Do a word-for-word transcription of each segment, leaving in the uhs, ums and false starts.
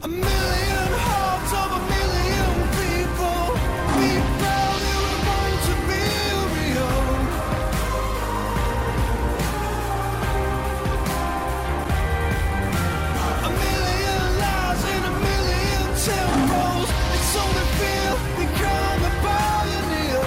A million hearts of a million people. We proud and we want to be real. A million lives in a million tempos. It's only fear, become a pioneer.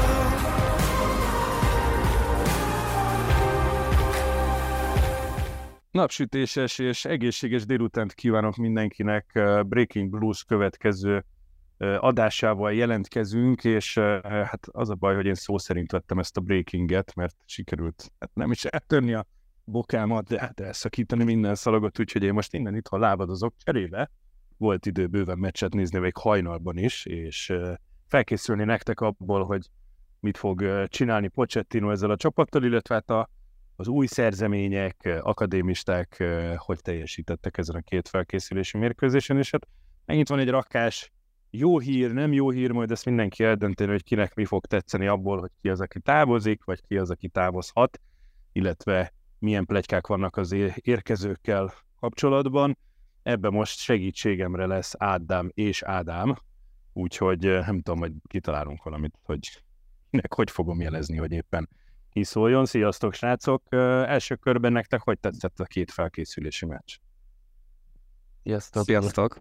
Napsütéses és egészséges délutánt kívánok mindenkinek. Breaking Blues következő adásával jelentkezünk, és hát az a baj, hogy én szó szerint vettem ezt a breakinget, mert sikerült hát nem is eltörni a bokámat, de hát elszakítani minden szalagot, úgyhogy én most innen itthon lábadozok cserébe. Volt idő bőven meccset nézni, még hajnalban is, és felkészülni nektek abból, hogy mit fog csinálni Pochettino ezzel a csapattal, illetve hát a az új szerzemények, akadémisták hogy teljesítettek ezen a két felkészülési mérkőzésen, és hát megint van egy rakás jó hír, nem jó hír, majd ezt mindenki eldönteni, hogy kinek mi fog tetszeni abból, hogy ki az, aki távozik, vagy ki az, aki távozhat, illetve milyen pletykák vannak az érkezőkkel kapcsolatban. Ebben most segítségemre lesz Ádám és Ádám, úgyhogy nem tudom, hogy kitalálunk valamit, hogy kinek hogy fogom jelezni, hogy éppen kiszóljon. Sziasztok, srácok! Első körben nektek hogy tetszett a két felkészülési meccs? Sziasztok! Sziasztok!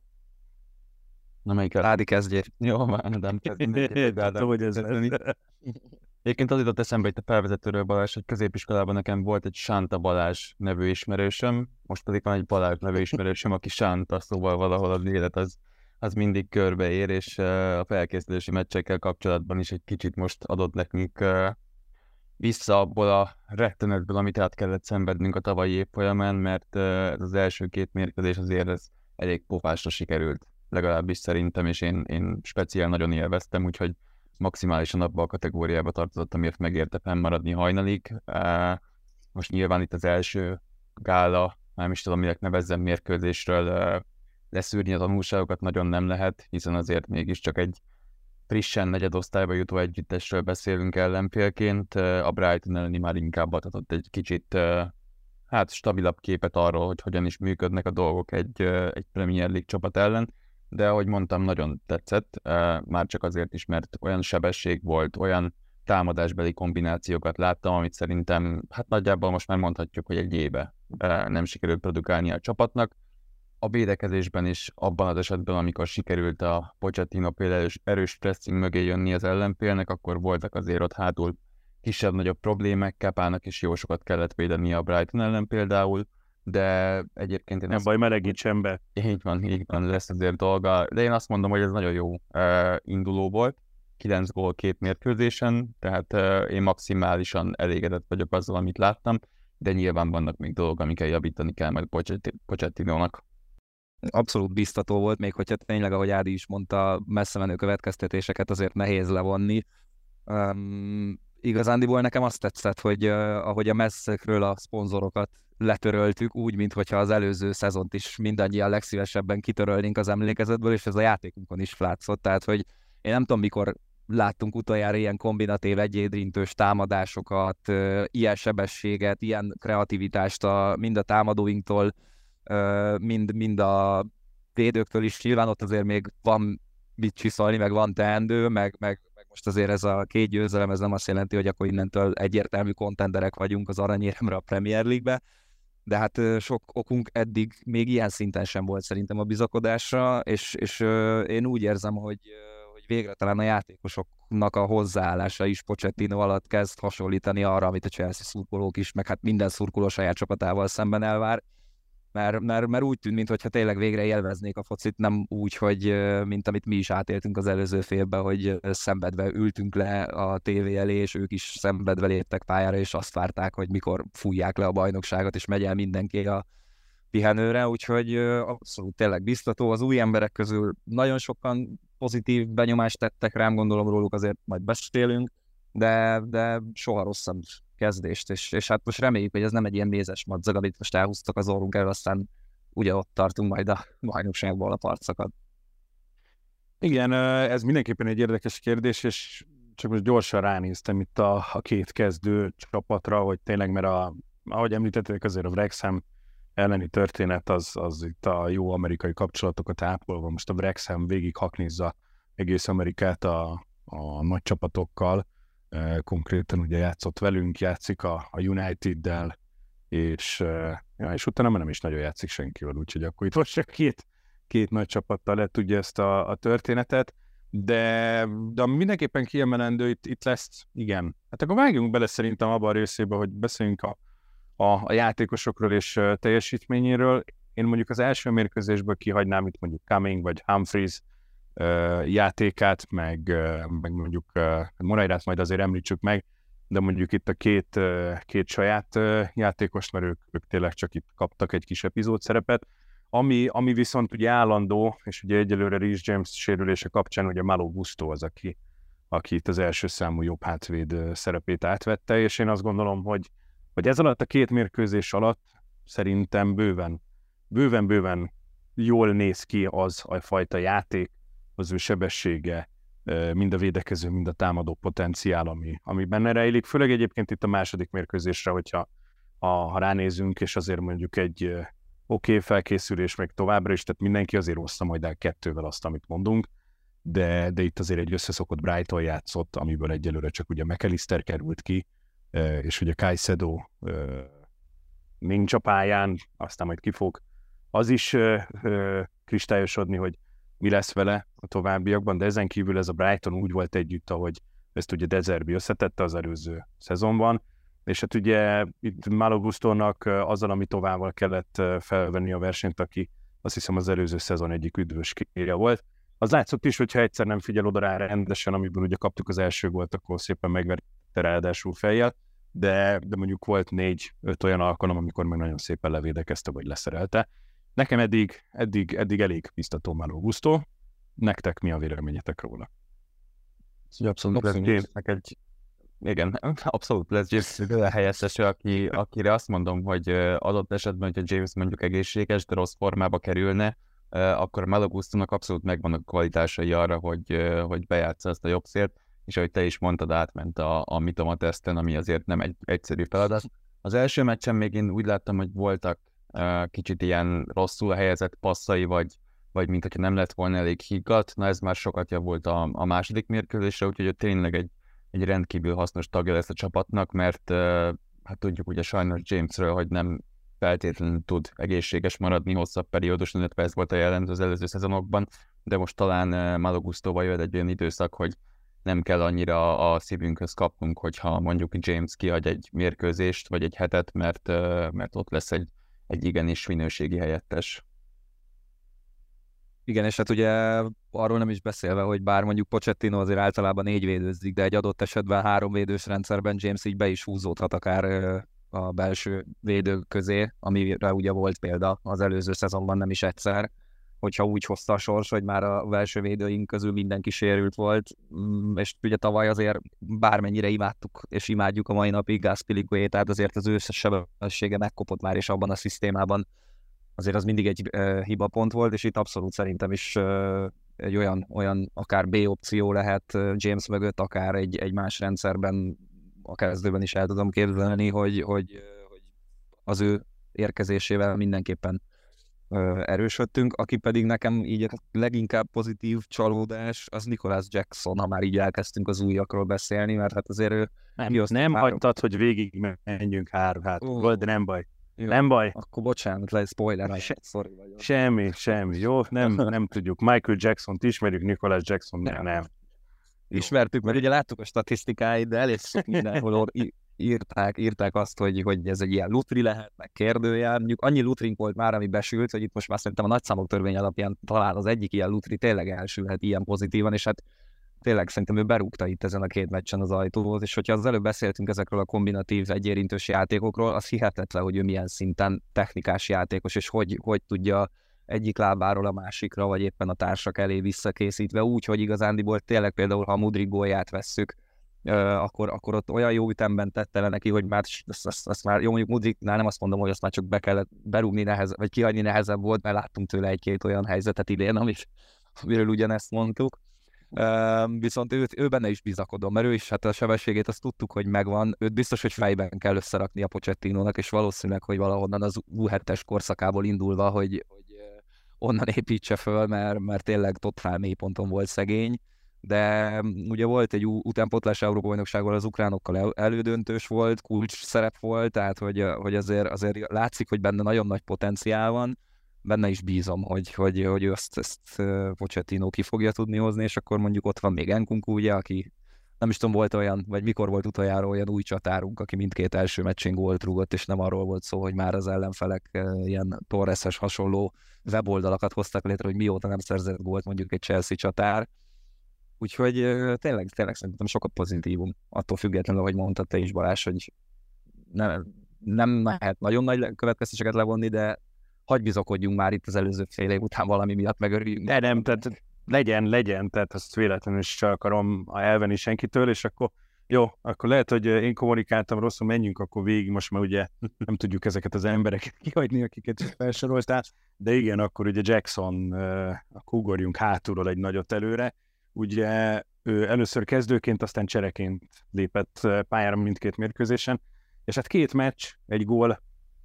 Na melyik el? Ádi kezdjél. Jó, már nem Tudtam, hogy ez lesz. Egyébként az jutott eszembe itt a felvezetőről, Balázs, hogy középiskolában nekem volt egy Sánta Balázs nevű ismerősöm, most pedig van egy Balázs nevű ismerősöm, aki Sánta, szóval valahol az élet az, az mindig körbeér, és a felkészülési meccsekkel kapcsolatban is egy kicsit most adott nekünk vissza abból a rettenetből, amit át kellett szenvednünk a tavalyi év folyamán, mert ez az első két mérkőzés azért ez elég pofásra sikerült, legalábbis szerintem, és én, én speciál nagyon élveztem, úgyhogy maximálisan abba a kategóriába tartozott, amiért megérte fennmaradni hajnalig. Most nyilván itt az első gála, nem is tudom, minek nevezzem, mérkőzésről leszűrni a tanulságokat nagyon nem lehet, hiszen azért mégiscsak egy frissen negyedosztályba jutó együttesről beszélünk ellenfélként. A Brighton elleni már inkább adhatott egy kicsit hát stabilabb képet arról, hogy hogyan is működnek a dolgok egy, egy Premier League csapat ellen, de ahogy mondtam, nagyon tetszett, már csak azért is, mert olyan sebesség volt, olyan támadásbeli kombinációkat láttam, amit szerintem hát nagyjából most már mondhatjuk, hogy egy éve nem sikerült produkálni a csapatnak. A védekezésben is abban az esetben, amikor sikerült a Pochettino például erős pressing mögé jönni az ellenfélnek, akkor voltak azért ott hátul kisebb-nagyobb problémák, Kepának is jó sokat kellett védeni a Brighton ellen például, de egyébként én Nem azt baj, melegítsen be. Így van, így van, lesz azért dolga, de én azt mondom, hogy ez nagyon jó uh, induló volt, kilenc gól két mérkőzésen, tehát uh, én maximálisan elégedett vagyok azzal, amit láttam, de nyilván vannak még dolgok, amikkel javítani kell majd Pochettinónak. Abszolút biztató volt, még hogyha tényleg, ahogy Ádi is mondta, messze menő következtetéseket azért nehéz levonni. Um, igazándiból nekem azt tetszett, hogy uh, ahogy a messzekről a szponzorokat letöröltük, úgy, mintha az előző szezont is mindannyian legszívesebben kitörölnénk az emlékezetből, és ez a játékunkon is látszott. Tehát, hogy én nem tudom, mikor láttunk utoljára ilyen kombinatív egyédrintős támadásokat, uh, ilyen sebességet, ilyen kreativitást a, mind a támadóinktól, uh, mind, mind a védőktől is. Nyilván ott azért még van mit csiszolni, meg van teendő, meg, meg, meg most azért ez a két győzelem, ez nem azt jelenti, hogy akkor innentől egyértelmű kontenderek vagyunk az aranyéremre a Premier League-be, de hát sok okunk eddig még ilyen szinten sem volt szerintem a bizakodásra, és, és én úgy érzem, hogy, hogy végre talán a játékosoknak a hozzáállása is Pochettino alatt kezd hasonlítani arra, amit a Chelsea szurkolók is, meg hát minden szurkoló saját csapatával szemben elvár, mert, mert, mert úgy tűnt, mintha tényleg végre élveznék a focit, nem úgy, hogy mint amit mi is átéltünk az előző félben, hogy szenvedve ültünk le a tévé elé, és ők is szenvedve léptek pályára, és azt várták, hogy mikor fújják le a bajnokságot, és megy el mindenki a pihenőre, úgyhogy abszolút tényleg biztató. Az új emberek közül nagyon sokan pozitív benyomást tettek rám, gondolom róluk azért majd beszélünk, de, de soha rosszabb kezdést, és, és hát most reméljük, hogy ez nem egy ilyen mézes madzag, amit most elhúztak az orrunk elől, aztán ugye ott tartunk majd a bajnokságból a parcokat. Igen, ez mindenképpen egy érdekes kérdés, és csak most gyorsan ránéztem itt a, a két kezdő csapatra, hogy tényleg, mert a, ahogy említették, azért a Wrexham elleni történet az, az itt a jó amerikai kapcsolatokat ápolva. Most a Wrexham végig haknizza egész Amerikát a, a nagy csapatokkal. E, konkrétan ugye játszott velünk, játszik a, a United-del, és, e, ja, és utána már nem is nagyon játszik senkivel, úgyhogy akkor itt most csak két, két nagy csapattal lett ugye ezt a, a történetet, de, de mindenképpen kiemelendő itt, itt lesz, igen. Hát akkor vágjunk bele szerintem abban a részébe, hogy beszéljünk a A, a játékosokról és uh, teljesítményéről. Én mondjuk az első mérkőzésből kihagynám itt mondjuk Cumming vagy Humphries uh, játékát, meg, uh, meg mondjuk uh, Moreirát majd azért említsük meg, de mondjuk itt a két, uh, két saját uh, játékos, mert ők, ők tényleg csak itt kaptak egy kis epizód szerepet. Ami, ami viszont ugye állandó, és ugye egyelőre Reece James sérülése kapcsán ugye Malo Gusto az, aki, aki itt az első számú jobb hátvéd uh, szerepét átvette, és én azt gondolom, hogy hogy ez alatt a két mérkőzés alatt szerintem bőven, bőven-bőven jól néz ki az a fajta játék, az ő sebessége, mind a védekező, mind a támadó potenciál, ami, ami benne rejlik. Főleg egyébként itt a második mérkőzésre, hogyha ha, ha ránézünk, és azért mondjuk egy oké okay, felkészülés még továbbra is, tehát mindenki azért hozta majd el kettővel azt, amit mondunk, de, de itt azért egy összeszokott Brighton játszott, amiből egyelőre csak ugye McAllister került ki, és ugye Caicedo nincs a pályán, aztán majd ki fog az is kristályosodni, hogy mi lesz vele a továbbiakban, de ezen kívül ez a Brighton úgy volt együtt, ahogy ezt ugye De Zerbi összetette az előző szezonban, és hát ugye itt Malo Gustónak azzal, ami továbbval kellett felvenni a versenyt, aki azt hiszem az előző szezon egyik üdvös kérje volt. Az látszott is, hogyha egyszer nem figyel oda rá rendesen, amiből ugye kaptuk az első gólt, akkor szépen megverte ráadásul fejjel, de, de mondjuk volt négy-öt olyan alkalom, amikor meg nagyon szépen levédekezte, vagy leszerelte. Nekem eddig, eddig, eddig elég biztató Malo Gusto. Nektek mi a véleményetek róla? Abszolút lesz Jamesnek egy... Igen, abszolút lesz James helyettese, aki, akire azt mondom, hogy adott esetben, hogyha James mondjuk egészséges, de rossz formába kerülne, akkor Malo Gustónak abszolút megvan a kvalitásai arra, hogy, hogy bejátsza ezt a jobb szélt, és ahogy te is mondtad, átment a, a Mitoma teszten, ami azért nem egy egyszerű feladat. Az első meccsen még én úgy láttam, hogy voltak uh, kicsit ilyen rosszul helyezett passzai, vagy, vagy mint hogyha nem lett volna elég higgadt. Na ez már sokat javult a, a második mérkőzésre, úgyhogy ő tényleg egy, egy rendkívül hasznos tagja lesz a csapatnak, mert uh, hát tudjuk ugye sajnos Jamesről, hogy nem feltétlenül tud egészséges maradni hosszabb perióduson, illetve ez volt a jellemző az előző szezonokban, de most talán uh, Malo Gustóval jöhet egy olyan időszak, hogy nem kell annyira a szívünkhöz kapnunk, hogyha mondjuk James kihagy egy mérkőzést, vagy egy hetet, mert, mert ott lesz egy, egy igenis minőségi helyettes. Igen, és hát ugye arról nem is beszélve, hogy bár mondjuk Pochettino azért általában négy védőzik, de egy adott esetben három védős rendszerben James így be is húzódhat akár a belső védők közé, amire ugye volt példa az előző szezonban nem is egyszer, hogyha úgy hozta a sors, hogy már a belső védőink közül mindenki sérült volt, és ugye tavaly azért bármennyire imádtuk, és imádjuk a mai napig Gazpilicuét, azért az ő sebessége megkopott már, és abban a szisztémában azért az mindig egy uh, hibapont volt, és itt abszolút szerintem is uh, egy olyan, olyan akár B opció lehet uh, James mögött, akár egy, egy más rendszerben, a kezdőben is el tudom képzelni, hogy, hogy, uh, hogy az ő érkezésével mindenképpen erősödtünk, aki pedig nekem így leginkább pozitív csalódás, az Nicholas Jackson, ha már így elkezdtünk az újakról beszélni, mert hát azért ő... Nem, nem három... hagytad, hogy végig menjünk három, hát oh. Volt, de nem baj. Jó. Nem baj. Akkor bocsánat, le spoiler, Se- sorry vagyok. Semmi, semmi, jó? Nem, nem tudjuk. Michael Jackson-t ismerjük, Nicholas Jackson nem. nem. Ismertük, mert ugye láttuk a statisztikáit, de elég mindenhol írták, írták azt, hogy, hogy ez egy ilyen lutri lehet, meg kérdőjel. Mondjuk annyi lutrink volt már, ami besült, hogy itt most már szerintem a nagyszámok törvény alapján talán az egyik ilyen lutri tényleg elsülhet ilyen pozitívan, és hát tényleg szerintem ő berúgta itt ezen a két meccsen az ajtót, és hogyha az előbb beszéltünk ezekről a kombinatív egyérintős játékokról, az hihetetlen, hogy ő milyen szinten technikás játékos, és hogy, hogy tudja egyik lábáról a másikra, vagy éppen a társak elé visszakészítve, úgy, hogy igazándiból tényleg például, ha a Mudryk gólját vesszük, Uh, akkor, akkor ott olyan jó ütemben tette le neki, hogy már azt, azt, azt már jó, mondjuk Mudryknál nem azt mondom, hogy azt már csak be kellett berúgni nehezebb, vagy kihagyni nehezebb volt, mert láttunk tőle egy-két olyan helyzetet idén, amit, amiről ugyanezt mondtuk. Uh, viszont őt, ő benne is bizakodom, mert ő is, hát a sebességét azt tudtuk, hogy megvan, őt biztos, hogy fejben kell összerakni a Pochettinónak, és valószínűleg, hogy valahonnan az U hetes korszakából indulva, hogy, hogy onnan építse föl, mert, mert tényleg totál mélyponton volt szegény, de ugye volt egy utánpótlás Európa-bajnokságban az ukránokkal el, elődöntős volt, kulcs szerep volt, tehát hogy, hogy azért, azért látszik, hogy benne nagyon nagy potenciál van, benne is bízom, hogy, hogy, hogy ezt, ezt Pochettino ki fogja tudni hozni, és akkor mondjuk ott van még Nkunku, ugye, aki nem is tudom, volt olyan, vagy mikor volt utoljára olyan új csatárunk, aki mindkét első meccsén gólt rúgott, és nem arról volt szó, hogy már az ellenfelek ilyen Torres-es hasonló weboldalakat hoztak létre, hogy mióta nem szerzett gólt mondjuk egy Chelsea csatár. Úgyhogy tényleg, tényleg szerintem sokat pozitívum, attól függetlenül, hogy mondtad te is, Balázs, hogy nem, nem lehet nagyon nagy következtéseket levonni, de hagyj bizakodjunk már itt az előző fél év után valami miatt megörüljünk. De nem, tehát legyen, legyen, tehát azt véletlenül is csak akarom elvenni senkitől, és akkor jó, akkor lehet, hogy én kommunikáltam rosszul, menjünk akkor végig, most már ugye nem tudjuk ezeket az embereket kihagyni, akiket felsoroltál, de igen, akkor ugye Jackson, akkor ugorjunk hátulról egy nagyot előre, ugye ő először kezdőként, aztán csereként lépett pályára mindkét mérkőzésen, és hát két meccs, egy gól,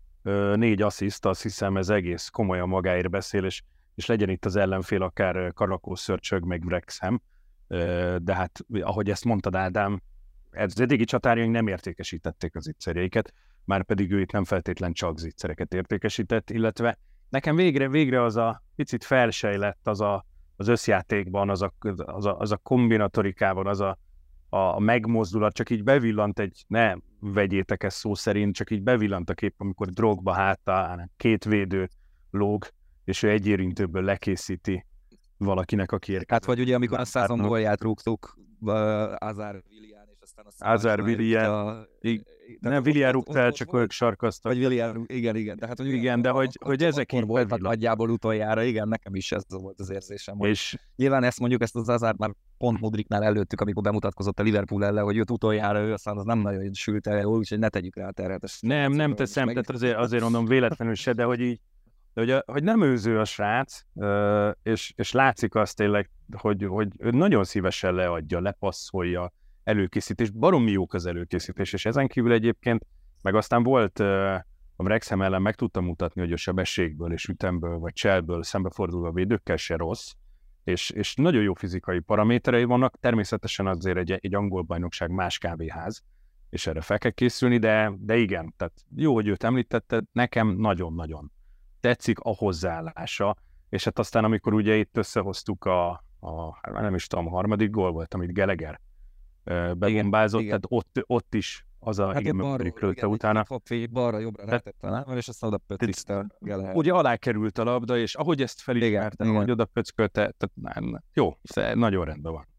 négy assziszt, azt hiszem ez egész komolyan magáért beszél, és, és legyen itt az ellenfél akár Karakó, Szörcsög, meg Wrexham, de hát ahogy ezt mondtad, Ádám, az eddigi csatárjaink nem értékesítették az zicserjeiket, már pedig ő itt nem feltétlen csak zicsereket értékesített, illetve nekem végre, végre az a picit felsejlett az a, az összjátékban, az a, az a, az a kombinatorikában, az a, a, a megmozdulat, csak így bevillant egy, ne vegyétek ezt szó szerint, csak így bevillant a kép, amikor Drogba hátán két védő lóg, és ő egy érintőből lekészíti valakinek, aki érkezik. Hát vagy ugye, amikor a százon gólját rúgtuk, uh, Azar Willian, és aztán a Azar Willian, a... nem, Willian rúgta el, csak ők sarkaztak. Vagy Willian, igen, igen. De hát, hogy igen, de hogy, hogy ezek így voltak nagyjából utoljára, igen, nekem is ez volt az érzésem. És nyilván ezt mondjuk, ezt az Azart már pont Modricnál előttük, amikor bemutatkozott a Liverpool ellen, hogy jött utoljára, ő aztán az nem nagyon sült el, úgyhogy ne tegyük rá a terhet. Nem, nem teszem, tehát azért, azért mondom véletlenül se, de hogy így, de hogy, a, hogy nem őző a srác, és, és látszik azt tényleg, hogy, hogy ő nagyon szívesen leadja, lepasszolja, előkészítés, baromi jók az előkészítés, és ezen kívül egyébként, meg aztán volt a Wrexham ellen meg tudtam mutatni, hogy a sebességből és ütemből, vagy cselből szembefordulva védőkkel se rossz, és, és nagyon jó fizikai paraméterei vannak, természetesen azért egy, egy angol bajnokság más kávéház, és erre fel kell készülni, de, de igen, tehát jó, hogy őt említetted, nekem nagyon-nagyon tetszik a hozzáállása, és hát aztán amikor ugye itt összehoztuk a, a nem is tudom, a harmadik gól volt, amit Gallagher begombázott, tehát ott, ott is az a hát igen, mögödik lőtte utána. Balra, jobbra rátettem át, és aztán oda pöccölte Gallagher. Ugye alá került a labda, és ahogy ezt felismerte, hogy oda pöckölte, tehát nem, jó, nagyon rendben van.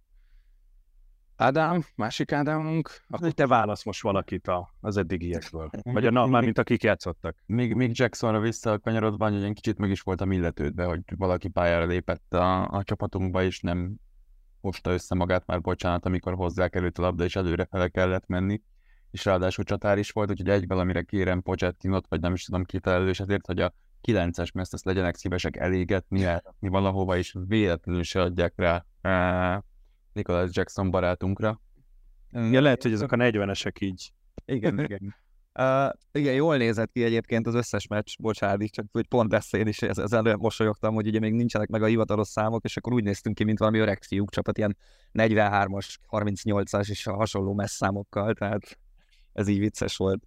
Ádám, másik Ádámunk, akkor te válasz most valakit a, az eddigiekből. Vagy a már, mint akik játszottak. Még, még Jacksonra visszakanyarodva, hogy én kicsit meg is voltam illetődve, hogy valaki pályára lépett a, a csapatunkba, és nem hosta össze magát, már bocsánat, amikor hozzá került a labda, és előrefele kellett menni. És ráadásul csatár is volt, úgyhogy egy valamire kérem Pochettinot, vagy nem is tudom kifelelős ezért, hogy a kilences meszt azt legyenek szívesek elégetni, elrakni valahova, és véletlenül se adják rá uh, Nicholas Jackson barátunkra. Ja, lehet, hogy ezek a negyvenesek így. Igen, igen. Uh, igen, jól nézett ki egyébként az összes meccs, bocsánat, csak hogy pont ezt én is ezzel mosolyogtam, hogy ugye még nincsenek meg a hivatalos számok, és akkor úgy néztünk ki, mint valami öreg fiúk csapat, ilyen negyvenhármas, harmincnyolcas és hasonló messzámokkal, tehát ez így vicces volt.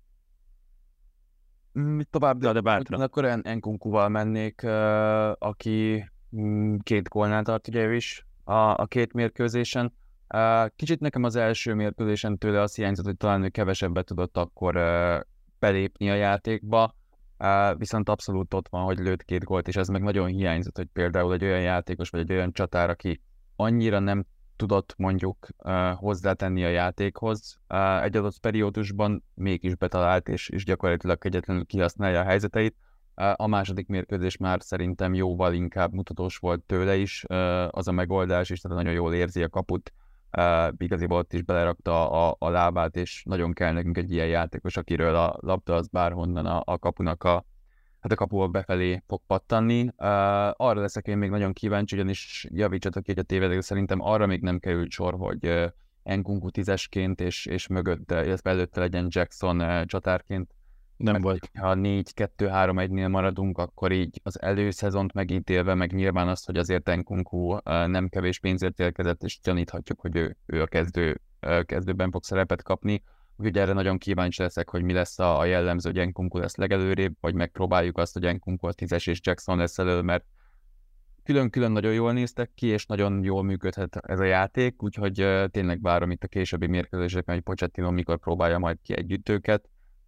Mit tovább, de, de bátran. Akkor Nkunkuval mennék, uh, aki um, két gólnál tart ugye ő is a, a két mérkőzésen. Uh, kicsit nekem az első mérkőzésen tőle azt hiányzott, hogy talán ő kevesebbet tudott akkor uh, belépni a játékba, uh, viszont abszolút ott van, hogy lőtt két gólt, és ez meg nagyon hiányzott, hogy például egy olyan játékos, vagy egy olyan csatár, aki annyira nem tudott mondjuk uh, hozzátenni a játékhoz, uh, egy adott periódusban mégis betalált, és, és gyakorlatilag egyetlenül kihasználja a helyzeteit. Uh, a második mérkőzés már szerintem jóval inkább mutatós volt tőle is, uh, az a megoldás, és tehát nagyon jól érzi a kaput. Uh, igaziból ott is belerakta a, a lábát, és nagyon kell nekünk egy ilyen játékos, akiről a labda az bárhonnan a, a kapunak a, hát a kapuval befelé fog pattanni. Uh, arra leszek én még nagyon kíváncsi, ugyanis javítsatok ki, hogy a tévedek, szerintem arra még nem került sor, hogy uh, Nkunku tízesként és, és mögött, illetve előtte legyen Jackson uh, csatárként. Nem Mert volt. ha négy kettő három egynél maradunk, akkor így az előszezont megítélve, meg nyilván azt, hogy azért Nkunku uh, nem kevés pénzért érkezett, és gyaníthatjuk, hogy ő, ő a kezdő, uh, kezdőben fog szerepet kapni. Úgyhogy erre nagyon kíváncsi leszek, hogy mi lesz a, a jellemző, hogy Nkunku lesz legelőrébb, vagy megpróbáljuk azt, hogy Nkunku a tízes és Jackson lesz elő, mert külön-külön nagyon jól néztek ki, és nagyon jól működhet ez a játék, úgyhogy uh, tényleg várom itt a későbbi mérkőzéseken, hogy Pochettino mikor próbálja majd ki együtt őket.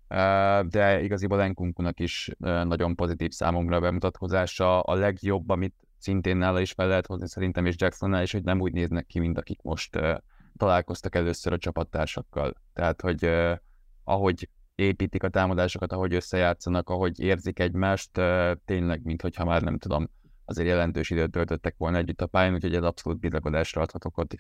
Uh, de igaziból Nkunkunak is uh, nagyon pozitív számomra a bemutatkozása. A legjobb, amit szintén nála is fel lehet hozni szerintem, és Jacksonnál is, hogy nem úgy néznek ki, mint akik most uh, találkoztak először a csapattársakkal. Tehát, hogy uh, ahogy építik a támadásokat, ahogy összejátszanak, ahogy érzik egymást, uh, tényleg, minthogyha már nem tudom, azért jelentős időt töltöttek volna együtt a pályán, úgyhogy ez abszolút bizakodásra adhatok ott.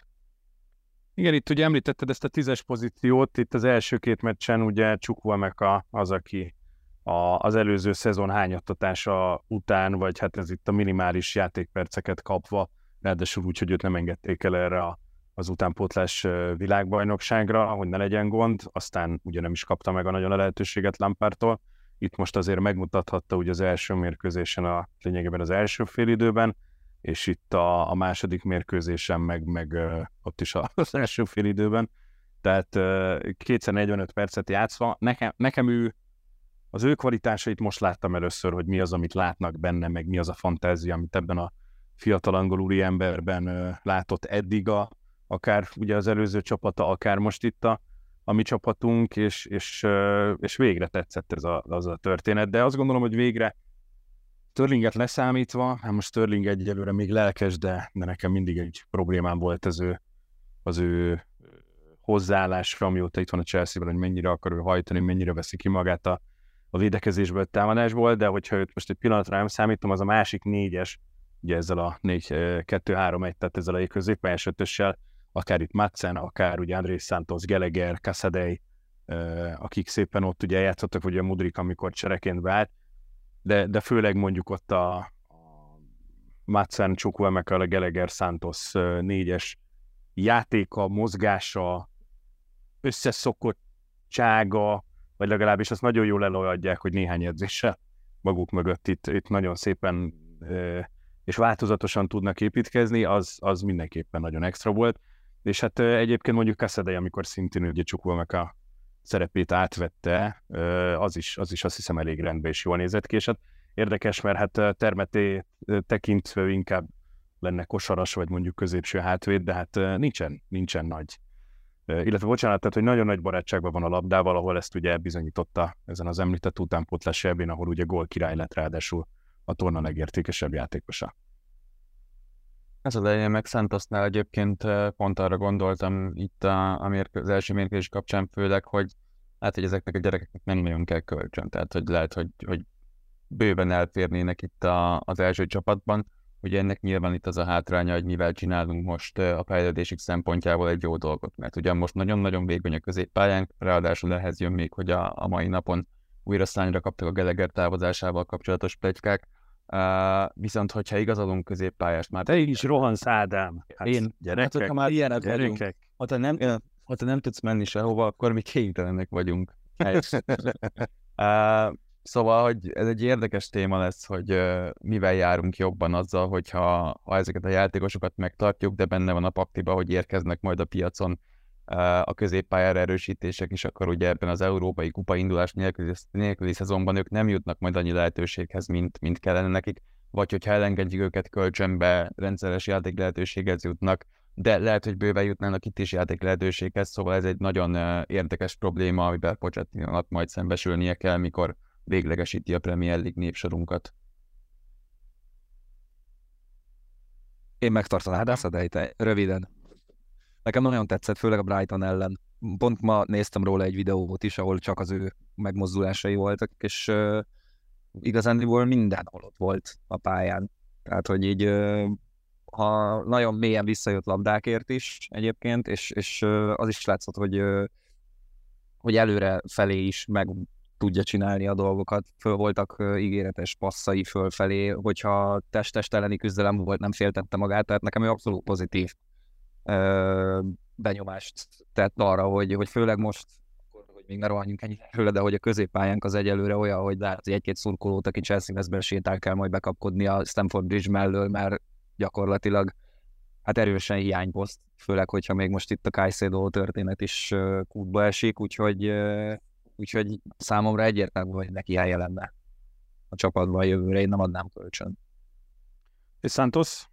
Igen, itt ugye említetted ezt a tízes pozíciót, itt az első két meccsen ugye Chukwuemeka az, aki a, az előző szezon hányattatása után, vagy hát ez itt a minimális játékperceket kapva, ráadásul úgy, hogy őt nem engedték el erre a, az utánpótlás világbajnokságra, hogy ne legyen gond, aztán ugye nem is kapta meg a nagyon a lehetőséget Lampardtól. Itt most azért megmutathatta ugye az első mérkőzésen, a lényegében az első félidőben, és itt a, a második mérkőzésen, meg, meg uh, ott is az első félidőben. Tehát uh, kétszáznegyvenöt percet játszva. Nekem, nekem ő, az ő kvalitásait most láttam először, hogy mi az, amit látnak benne, meg mi az a fantázia, amit ebben a fiatal angol úriemberben uh, látott eddig, a, akár ugye az előző csapata, akár most itt a, a mi csapatunk, és, és, uh, és végre tetszett ez a, az a történet. De azt gondolom, hogy végre Sterlinget leszámítva, hát most Sterling egyelőre még lelkes, de, de nekem mindig egy problémám volt az ő, az ő hozzáállásra, amióta itt van a Chelsea-ben, hogy mennyire akar ő hajtani, mennyire veszi ki magát a, a védekezésből, a támadásból, de hogyha őt most egy pillanatra nem számítom, az a másik négyes, ugye ezzel a négy kettő három egy, tehát ezzel a középpályás ötössel, akár itt Madsen, akár ugye Andrés Santos, Gallagher, Casadei, akik szépen ott ugye játszottak, vagy a Mudryk, amikor csereként beállt, De, de főleg mondjuk ott a, a Madsen, Chukwuemeka, a Gallagher, Santos négyes játéka, mozgása, összeszokottsága, vagy legalábbis azt nagyon jól előadják, hogy néhány edzéssel maguk mögött itt, itt nagyon szépen és változatosan tudnak építkezni, az, az mindenképpen nagyon extra volt. És hát egyébként mondjuk Casadei, amikor szintén ugye Chukwuemeka szerepét átvette, az is, az is azt hiszem elég rendben és jól nézett ki, és hát érdekes, mert hát termeté tekintve inkább lenne kosaras, vagy mondjuk középső hátvéd, de hát nincsen, nincsen nagy. Illetve bocsánat, tehát, hogy nagyon nagy barátságban van a labdával, ahol ezt ugye bizonyította ezen az említett utánpótlás ebben, ahol ugye gól király lett ráadásul a torna legértékesebb játékosa. Ez az elején meg Santosnál egyébként pont arra gondoltam itt a, a mérkő, az első mérkőzés kapcsán főleg, hogy hát, hogy ezeknek a gyerekeknek nem nagyon kell kölcsön, tehát hogy lehet, hogy, hogy bőven elférnének itt a, az első csapatban. Ugye ennek nyilván itt az a hátránya, hogy mivel csinálunk most a fejlődésük szempontjából egy jó dolgot, mert ugye most nagyon-nagyon vékony a középpályánk, ráadásul ehhez jön még, hogy a, a mai napon újra szányra kaptak a Gallagher távozásával kapcsolatos pletykák. Uh, viszont, hogyha igazolunk középpályást már... Te is rohansz, Ádám! Hát, én, gyerekek, hát, ha már ilyenek gyerekek. vagyunk, ha te, nem, ha te nem tudsz menni sehova, akkor mi kénytelenek vagyunk. uh, szóval, hogy ez egy érdekes téma lesz, hogy uh, mivel járunk jobban azzal, hogyha ha ezeket a játékosokat megtartjuk, de benne van a paktiba, hogy érkeznek majd a piacon uh, a középpályára erősítések is, akkor ugye ebben az európai kupa indulás nélküli, nélküli szezonban ők nem jutnak majd annyi lehetőséghez, mint, mint kellene nekik, vagy hogyha elengedjük őket kölcsönbe, rendszeres játék lehetőséghez jutnak, de lehet, hogy bőven jutnának itt is játék lehetőséghez, szóval ez egy nagyon uh, érdekes probléma, amivel Pochettinónak majd szembesülnie kell, mikor véglegesíti a Premier League népsorunkat. Én megtartanám Casadeit röviden. Nekem nagyon tetszett, főleg a Brighton ellen. Pont ma néztem róla egy videót is, ahol csak az ő megmozdulásai voltak, és uh, igazándiból mindenhol ott volt a pályán. Tehát, hogy így uh, ha nagyon mélyen visszajött labdákért is egyébként, és, és uh, az is látszott, hogy, uh, hogy előre felé is meg tudja csinálni a dolgokat. Föl voltak ígéretes passzai fölfelé, hogyha test-test elleni küzdelem volt, nem féltette magát, tehát nekem ő abszolút pozitív ö, benyomást tett arra, hogy, hogy főleg most, hogy még ne rohanjunk ennyire előle, de hogy a középpályánk az egyelőre olyan, hogy lát, hogy egy-két szurkolót, aki Chelsea mezben sétál, kell majd bekapkodni a Stamford Bridge mellől, mert gyakorlatilag hát erősen hiányposzt, főleg, hogyha még most itt a Caicedo történet is uh, kútba esik, úgyhogy, uh, úgyhogy számomra egyértelmű, hogy neki helye lenne a csapatban jövőre, én nem adnám kölcsön. És Santos?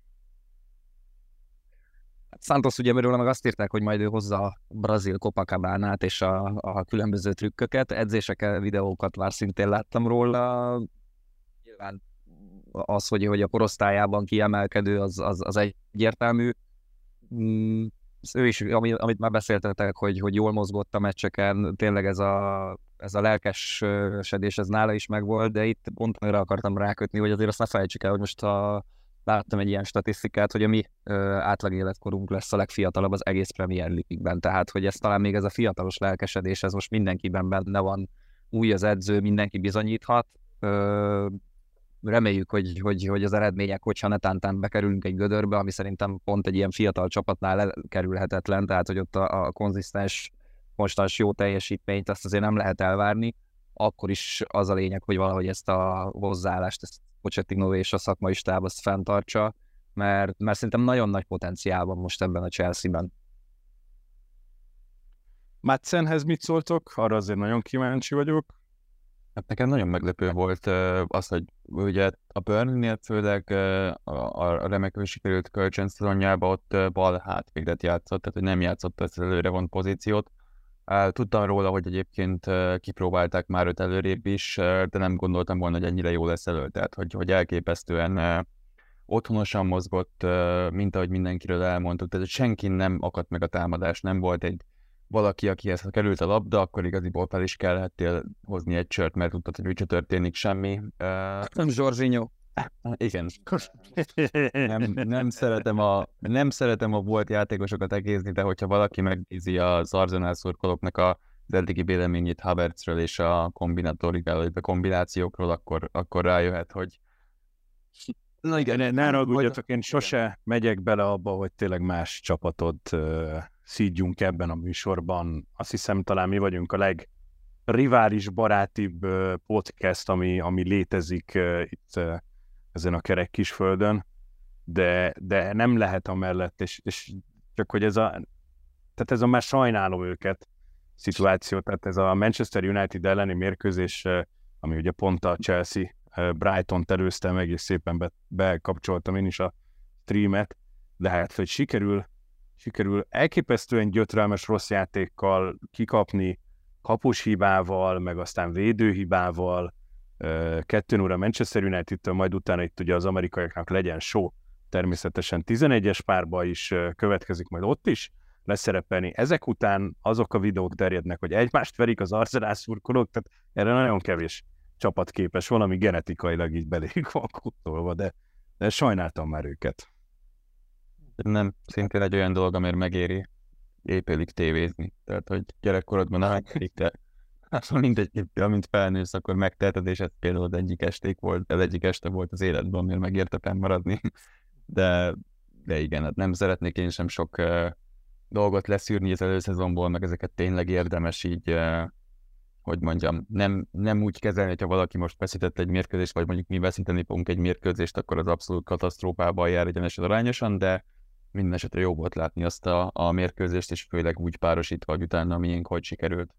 Hát Santos ugye belőle meg azt írták, hogy majd ő hozza a brazil Copacabana-t és a, a különböző trükköket, edzéseket, videókat már szintén láttam róla, nyilván az, hogy, hogy a korosztályában kiemelkedő, az, az, az egyértelmű. Mm, ő is, ami, amit már beszéltetek, hogy, hogy jól mozgott a meccseken, tényleg ez a, ez a lelkesedés, ez nála is megvolt, de itt pont arra akartam rákötni, hogy azért azt ne felejtsük el, hogy most a, láttam egy ilyen statisztikát, hogy a mi ö, átlag életkorunk lesz a legfiatalabb az egész Premier League-ben, tehát hogy ez talán még ez a fiatalos lelkesedés, ez most mindenkiben benne van, új az edző, mindenki bizonyíthat, ö, reméljük, hogy, hogy, hogy az eredmények, hogyha netántán bekerülünk egy gödörbe, ami szerintem pont egy ilyen fiatal csapatnál elkerülhetetlen, tehát hogy ott a, a konzisztens, konstans jó teljesítményt azt azért nem lehet elvárni, akkor is az a lényeg, hogy valahogy ezt a hozzáállást, ezt Pochettino és a szakmai stáb azt fenntartsa, mert, mert szerintem nagyon nagy potenciál van most ebben a Chelsea-ben. Madsenhez mit szóltok? Arra azért nagyon kíváncsi vagyok. Hát nekem nagyon meglepő volt uh, az, hogy ugye a Burnley-nél főleg uh, a, a remekül sikerült kölcsönszezonjában ott uh, bal hátvédet játszott, tehát hogy nem játszott ezt előre vont pozíciót. Uh, tudtam róla, hogy egyébként uh, kipróbálták már őt előrébb is, uh, de nem gondoltam volna, hogy ennyire jó lesz elő. Tehát, hogy, hogy elképesztően uh, otthonosan mozgott, uh, mint ahogy mindenkiről elmondtuk, tehát senki nem akadt meg a támadás, nem volt egy valaki, akihez ha került a labda, akkor igaziból fel is kellhettél hozni egy csört, mert tudtad, hogy úgyse történik semmi. Uh, Nem Jorginho. igen. Nem, nem, szeretem a, nem szeretem a volt játékosokat egészni, de hogyha valaki megnézi az Arsenal szurkolóknak az eddigi véleményét Havertzről és a kombinatorikál, vagy a kombinációkról, akkor, akkor rájöhet, hogy Na igen, ne, ne ragudjatok, én sose igen. megyek bele abba, hogy tényleg más csapatot uh, szídjunk ebben a műsorban. Azt hiszem, talán mi vagyunk a legrivális barátibb uh, podcast, ami, ami létezik uh, itt uh, ezen a kerek kisföldön, de, de nem lehet amellett, és, és csak hogy ez a, tehát ez a már sajnálom őket szituáció, tehát ez a Manchester United elleni mérkőzés, uh, ami ugye pont a Chelsea Brighton-t előzte meg, és szépen be, bekapcsoltam én is a streamet, de hát, hogy sikerül, sikerül elképesztően gyötrelmes rossz játékkal kikapni, kapus hibával, meg aztán védőhibával, kettő nulla Manchester United-től, majd utána itt ugye az amerikaiaknak legyen show, természetesen tizenegyes párba is következik majd ott is leszerepelni. Ezek után azok a videók terjednek, hogy egymást verik az Arsenal szurkolók, tehát erre nagyon kevés csapatképes, valami genetikailag így beléjük van kuttolva, de, de sajnáltam már őket. Nem, szintén egy olyan dolog, amire megéri épélig tévézni. Tehát, hogy gyerekkorodban elkerik, de hát mindegy, amint felnősz, akkor megteheted, és ez például az egyik esték volt, az egyik este volt az életben, amire megérte fennmaradni. De, de igen, hát nem szeretnék én sem sok uh, dolgot leszűrni az előszezonból, meg ezeket tényleg érdemes így uh, hogy mondjam, nem, nem úgy kezelni, hogyha valaki most veszített egy mérkőzést, vagy mondjuk mi veszíteni fogunk egy mérkőzést, akkor az abszolút katasztrófában jár egyenesen arányosan, de minden esetre jó volt látni azt a, a mérkőzést, és főleg úgy párosítva, hogy utána miénk hogy sikerült.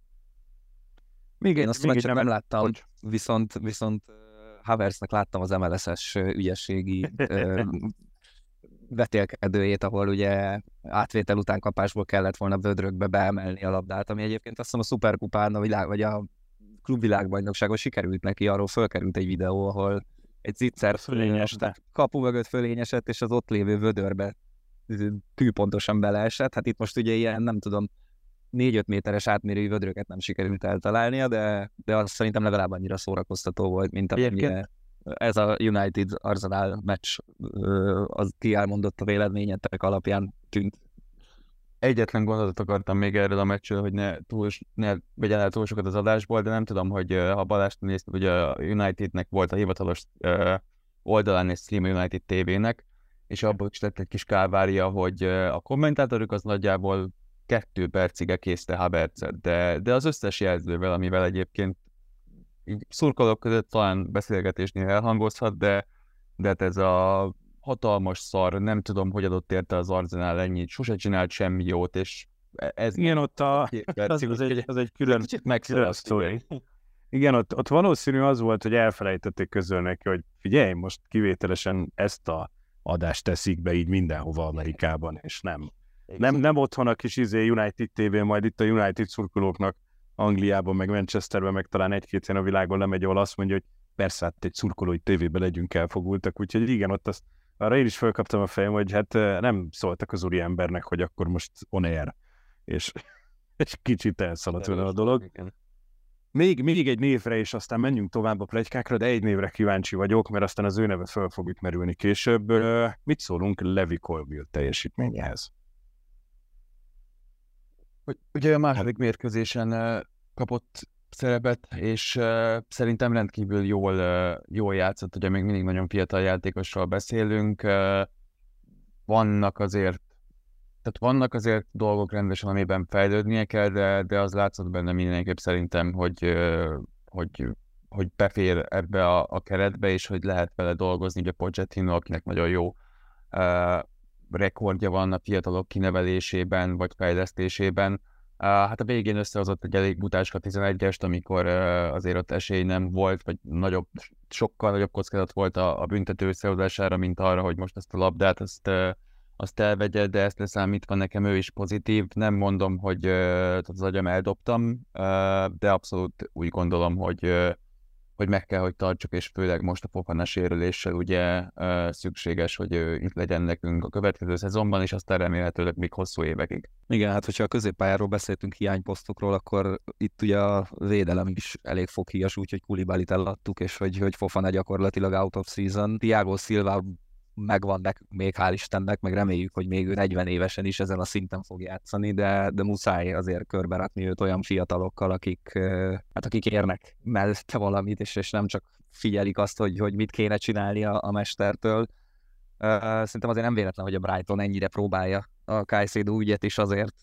Még én azt még nem, nem láttam, hogy... viszont, viszont uh, Havertznek láttam az em el es-es ügyességi uh, vetélkedőjét, ahol ugye átvétel után kapásból kellett volna vödrökbe beemelni a labdát, ami egyébként azt hiszem a szuperkupán, a világ, vagy a klubvilágbajnokságon sikerült neki, arról fölkerült egy videó, ahol egy zicser kapu mögött fölényesett, és az ott lévő vödörbe tűpontosan beleesett. Hát itt most ugye ilyen, nem tudom, négy-öt méteres átmérőjű vödröket nem sikerült eltalálnia, de, de az szerintem legalább annyira szórakoztató volt, mint amennyire ez a United Arsenal meccs, az ki elmondott a véleményetek alapján tűnt. egyetlen gondolatot akartam még erről a meccsről, hogy ne, túl, ne vegyen el túl sokat az adásból, de nem tudom, hogy uh, ha Balást nézted, ugye a Unitednek volt a hivatalos uh, oldalán egy stream United té vének, és abból is lett egy kis kávária, hogy uh, a kommentátoruk az nagyjából kettő percig ekészte Havertzet, de, de az összes jelzővel, amivel egyébként így szurkolók között talán beszélgetésnél elhangozhat, de, de hát ez a hatalmas szar, nem tudom, hogy adott érte az Arsenal ennyit, sose csinált semmi jót, és ez... Igen, ott a, percig, az, az, egy, az egy külön, külön sztori. sztori. Igen, ott, ott valószínű az volt, hogy elfelejtették közölni neki, hogy figyelj, most kivételesen ezt a adást teszik be így mindenhova Amerikában, és nem. Nem, nem otthon a kis izé United té vén, majd itt a United szurkolóknak Angliában, meg Manchesterben, meg talán egy-két ilyen a világon lemegy, ahol azt mondja, hogy persze, hát egy szurkolói tévébe legyünk elfogultak, úgyhogy igen, ott azt, arra én is felkaptam a fejem, hogy hát nem szóltak az úri embernek, hogy akkor most on air, és, és kicsit elszaladt vele a dolog. Még, még egy névre, és aztán menjünk tovább a pletykákra, de egy névre kíváncsi vagyok, mert aztán az ő neve föl fog itt merülni később. Mit szólunk Levi Colwill teljesítményéhez? Hogy ugye a második mérkőzésen uh, kapott szerepet, és uh, szerintem rendkívül jól, uh, jól játszott, ugye még mindig nagyon fiatal játékosról beszélünk, uh, vannak azért, tehát vannak azért dolgok rendesen, amiben fejlődnie kell, de, de az látszott benne mindenképp szerintem, hogy, uh, hogy, hogy befér ebbe a, a keretbe, és hogy lehet vele dolgozni, ugye Pochettino, akinek nagyon jó uh, rekordja van a fiatalok kinevelésében, vagy fejlesztésében. Uh, hát a végén összehozott egy elég butáska tizenegyest, amikor uh, azért ott esély nem volt, vagy nagyobb, sokkal nagyobb kockázat volt a, a büntető összehozására, mint arra, hogy most ezt a labdát azt, uh, azt elvegye, de ezt leszámítva nekem ő is pozitív. Nem mondom, hogy uh, az agyam eldobtam, uh, de abszolút úgy gondolom, hogy uh, hogy meg kell, hogy tartsuk, és főleg most a Fofana sérüléssel ugye uh, szükséges, hogy ő itt legyen nekünk a következő szezonban, és aztán remélhetőleg még hosszú évekig. Igen, hát hogyha a középpályáról beszéltünk hiányposztokról, akkor itt ugye a védelem is elég foghíjas, úgyhogy Koulibalyt eladtuk, és hogy, hogy Fofana gyakorlatilag out of season. Thiago Silva megvan nekünk még, hál' Istennek, meg reméljük, hogy még ő negyven évesen is ezen a szinten fog játszani, de, de muszáj azért körbe rakni őt olyan fiatalokkal, akik, hát akik érnek mellette valamit, és, és nem csak figyelik azt, hogy, hogy mit kéne csinálni a, a mestertől. Szerintem azért nem véletlen, hogy a Brighton ennyire próbálja a Caicedo ügyet is azért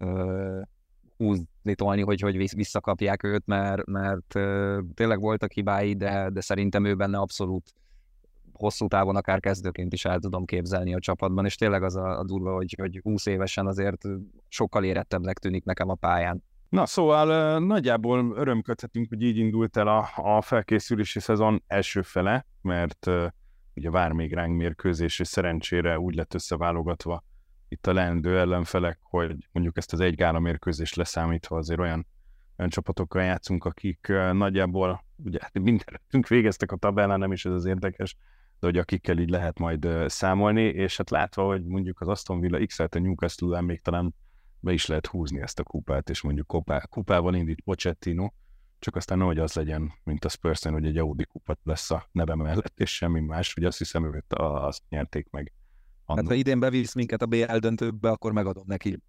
uh, húzni tolni, hogy, hogy visszakapják őt, mert, mert uh, tényleg voltak hibái, de, de szerintem ő benne abszolút hosszú távon akár kezdőként is el tudom képzelni a csapatban, és tényleg az a, a durva, hogy, hogy húsz évesen azért sokkal érettebbnek tűnik nekem a pályán. Na szóval nagyjából örömködhetünk, hogy így indult el a, a felkészülési szezon első fele, mert uh, ugye vár még ránk mérkőzés, és szerencsére úgy lett összeválogatva itt a leendő ellenfelek, hogy mondjuk ezt az egy gála mérkőzést leszámítva azért olyan, olyan csapatokkal játszunk, akik uh, nagyjából, ugye mindenünk végeztek a tabellán, nem is ez az érdekes, de hogy akikkel így lehet majd uh, számolni, és hát látva, hogy mondjuk az Aston Villa X-et a Newcastle-en még talán be is lehet húzni ezt a kupát, és mondjuk kupá, kupával indít Pochettino, csak aztán nehogy az legyen, mint a Spurs-en, hogy egy Audi kupa lesz a neve mellett, és semmi más, hogy azt hiszem, hogy azt nyerték meg. Hát ha idén bevisz minket a bé el döntőbe, akkor megadom neki.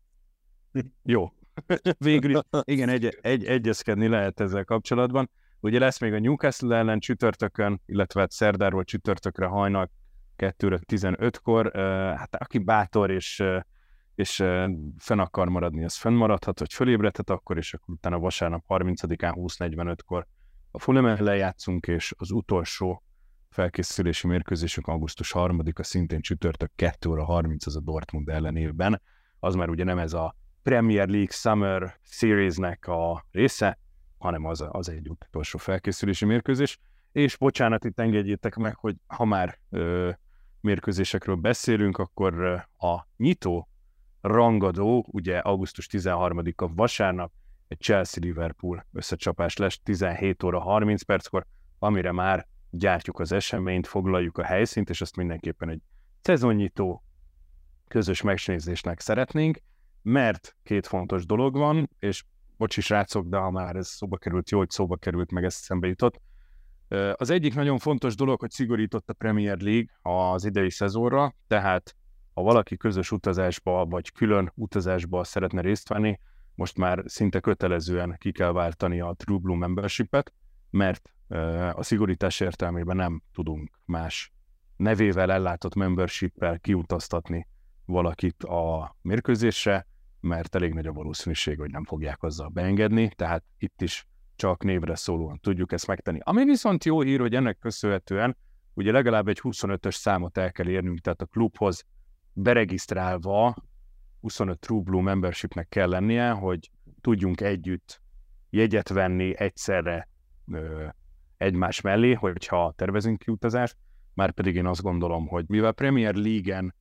Jó. Végül igen, egy, egy, egyezkedni lehet ezzel kapcsolatban. Ugye lesz még a Newcastle ellen csütörtökön, illetve hát szerdáról csütörtökre hajnal kettőre tizenötkor. Hát aki bátor és, és fenn akar maradni, az fennmaradhat, vagy fölébredhet akkor, és akkor utána vasárnap harmincadikán húsz negyvenötkor a Fulham ellen játszunk, és az utolsó felkészülési mérkőzésünk augusztus harmadika, szintén csütörtök kettő óra harminc, az a Dortmund ellenében. Az már ugye nem ez a Premier League Summer Series-nek a része, hanem az, az egy utolsó felkészülési mérkőzés. És bocsánat, itt engedjétek meg, hogy ha már ö, mérkőzésekről beszélünk, akkor ö, a nyitó rangadó, ugye augusztus tizenharmadika vasárnap egy Chelsea-Liverpool összecsapás lesz tizenhét óra harminc perckor, amire már gyártjuk az eseményt, foglaljuk a helyszínt, és azt mindenképpen egy szezonnyitó közös megnézésnek szeretnénk, mert két fontos dolog van, és bocsi srácok, de ha már ez szóba került, jó, hogy szóba került, meg ez szembe jutott. Az egyik nagyon fontos dolog, hogy szigorított a Premier League az idei szezonra, tehát ha valaki közös utazásba vagy külön utazásba szeretne részt venni, most már szinte kötelezően ki kell váltani a True Blue membership-et, mert a szigorítás értelmében nem tudunk más nevével ellátott membership-el kiutaztatni valakit a mérkőzésre, mert elég nagy a valószínűség, hogy nem fogják azzal beengedni, tehát itt is csak névre szólóan tudjuk ezt megtenni. Ami viszont jó hír, hogy ennek köszönhetően ugye legalább egy huszonötös számot el kell érnünk, tehát a klubhoz beregisztrálva huszonöt True Blue membershipnek kell lennie, hogy tudjunk együtt jegyet venni egyszerre ö, egymás mellé, hogyha tervezünk kiutazást, már pedig én azt gondolom, hogy mivel Premier League-en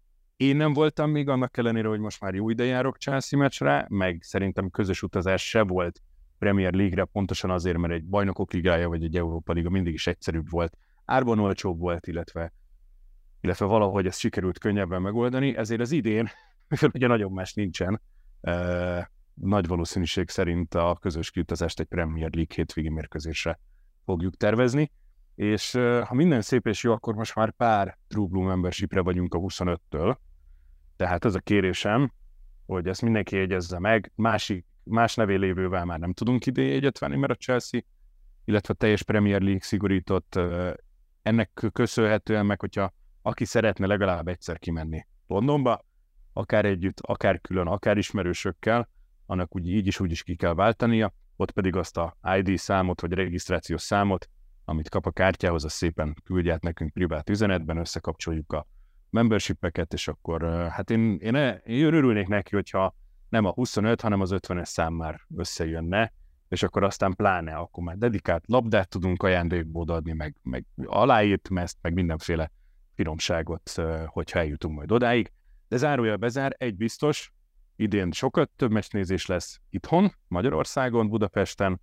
én nem voltam még, annak ellenére, hogy most már jó ide járok Chelsea meccsre, meg szerintem közös utazás se volt Premier League-re, pontosan azért, mert egy bajnokok ligája vagy egy Európa Liga mindig is egyszerűbb volt, árban olcsóbb volt, illetve, illetve valahogy ezt sikerült könnyebben megoldani, ezért az idén, mivel ugye nagyon más nincsen, eh, nagy valószínűség szerint a közös kiutazást egy Premier League hétvégi mérkőzésre fogjuk tervezni, és eh, ha minden szép és jó, akkor most már pár True Blue membershipre vagyunk a huszonöttől, tehát az a kérésem, hogy ezt mindenki jegyezze meg, másik, más nevén lévővel már nem tudunk ide jegyet venni, mert a Chelsea, illetve a teljes Premier League szigorított, eh, ennek köszönhetően meg, hogyha aki szeretne legalább egyszer kimenni Londonba, akár együtt, akár külön, akár ismerősökkel, annak úgy így is úgy is ki kell váltania, ott pedig azt a i dé számot, vagy regisztrációs számot, amit kap a kártyához, azt szépen küldj át nekünk privát üzenetben, összekapcsoljuk a membership-eket, és akkor hát én, én, én örülnék neki, hogyha nem a huszonöt, hanem az ötvenes szám már összejönne, és akkor aztán pláne, akkor már dedikált labdát tudunk ajándékból adni, meg, meg aláírt mezt, meg mindenféle finomságot, hogyha eljutunk majd odáig. De zárójel bezár, egy biztos, idén sokat több meccsnézés lesz itthon, Magyarországon, Budapesten,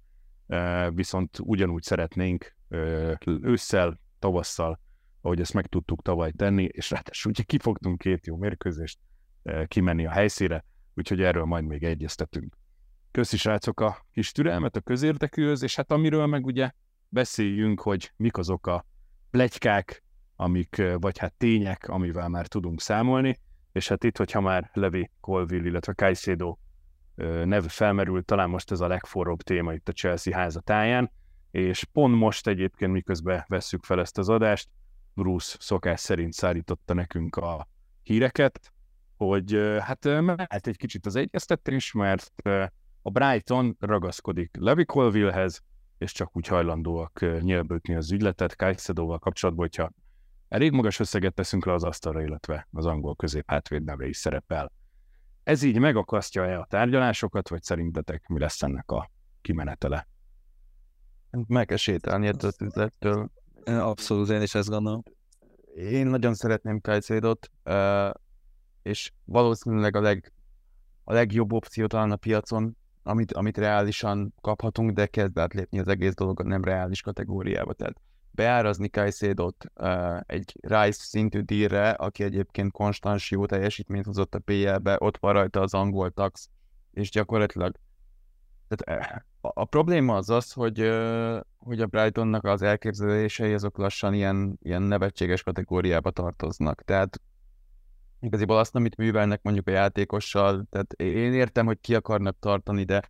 viszont ugyanúgy szeretnénk ősszel, tavasszal, ahogy ezt meg tudtuk tavaly tenni, és ráadásul ugye kifogtunk két jó mérkőzést kimenni a helyszínre, úgyhogy erről majd még egyeztetünk. Köszi srácok a kis türelmet a közérdekűhöz, és hát amiről meg ugye beszéljünk, hogy mik azok a pletykák, amik, vagy hát tények, amivel már tudunk számolni, és hát itt, hogyha már Levi Colwill, illetve Caicedo neve felmerült, talán most ez a legforróbb téma itt a Chelsea házatáján, és pont most egyébként, miközben vesszük fel ezt az adást, Bruce szokás szerint szállította nekünk a híreket, hogy hát mehet egy kicsit az egyeztetés, mert a Brighton ragaszkodik Levi Colwillhez, és csak úgy hajlandóak nyílbökni az ügyletet Caicedoval kapcsolatban, hogyha elég magas összeget teszünk le az asztalra, illetve az angol középhátvéd neve is szerepel. Ez így megakasztja-e a tárgyalásokat, vagy szerintetek mi lesz ennek a kimenetele? Meg kell sétálni ettől az üzlettől. Abszolút, én is ezt gondolom. Én nagyon szeretném Caicedo-t, és valószínűleg a, leg, a legjobb opció talán a piacon, amit, amit reálisan kaphatunk, de kezd átlépni az egész dolog a nem reális kategóriába. Tehát beárazni Caicedo-t uh, egy Rice szintű díjra, aki egyébként konstans jó teljesítményt hozott a pé el-be, ott van rajta az angol tax, és gyakorlatilag tehát, uh, a, a probléma az az, hogy, uh, hogy a Brightonnak az elképzelései azok lassan ilyen, ilyen nevetséges kategóriába tartoznak. Tehát igaziból azt, amit művelnek mondjuk a játékossal, tehát én értem, hogy ki akarnak tartani, de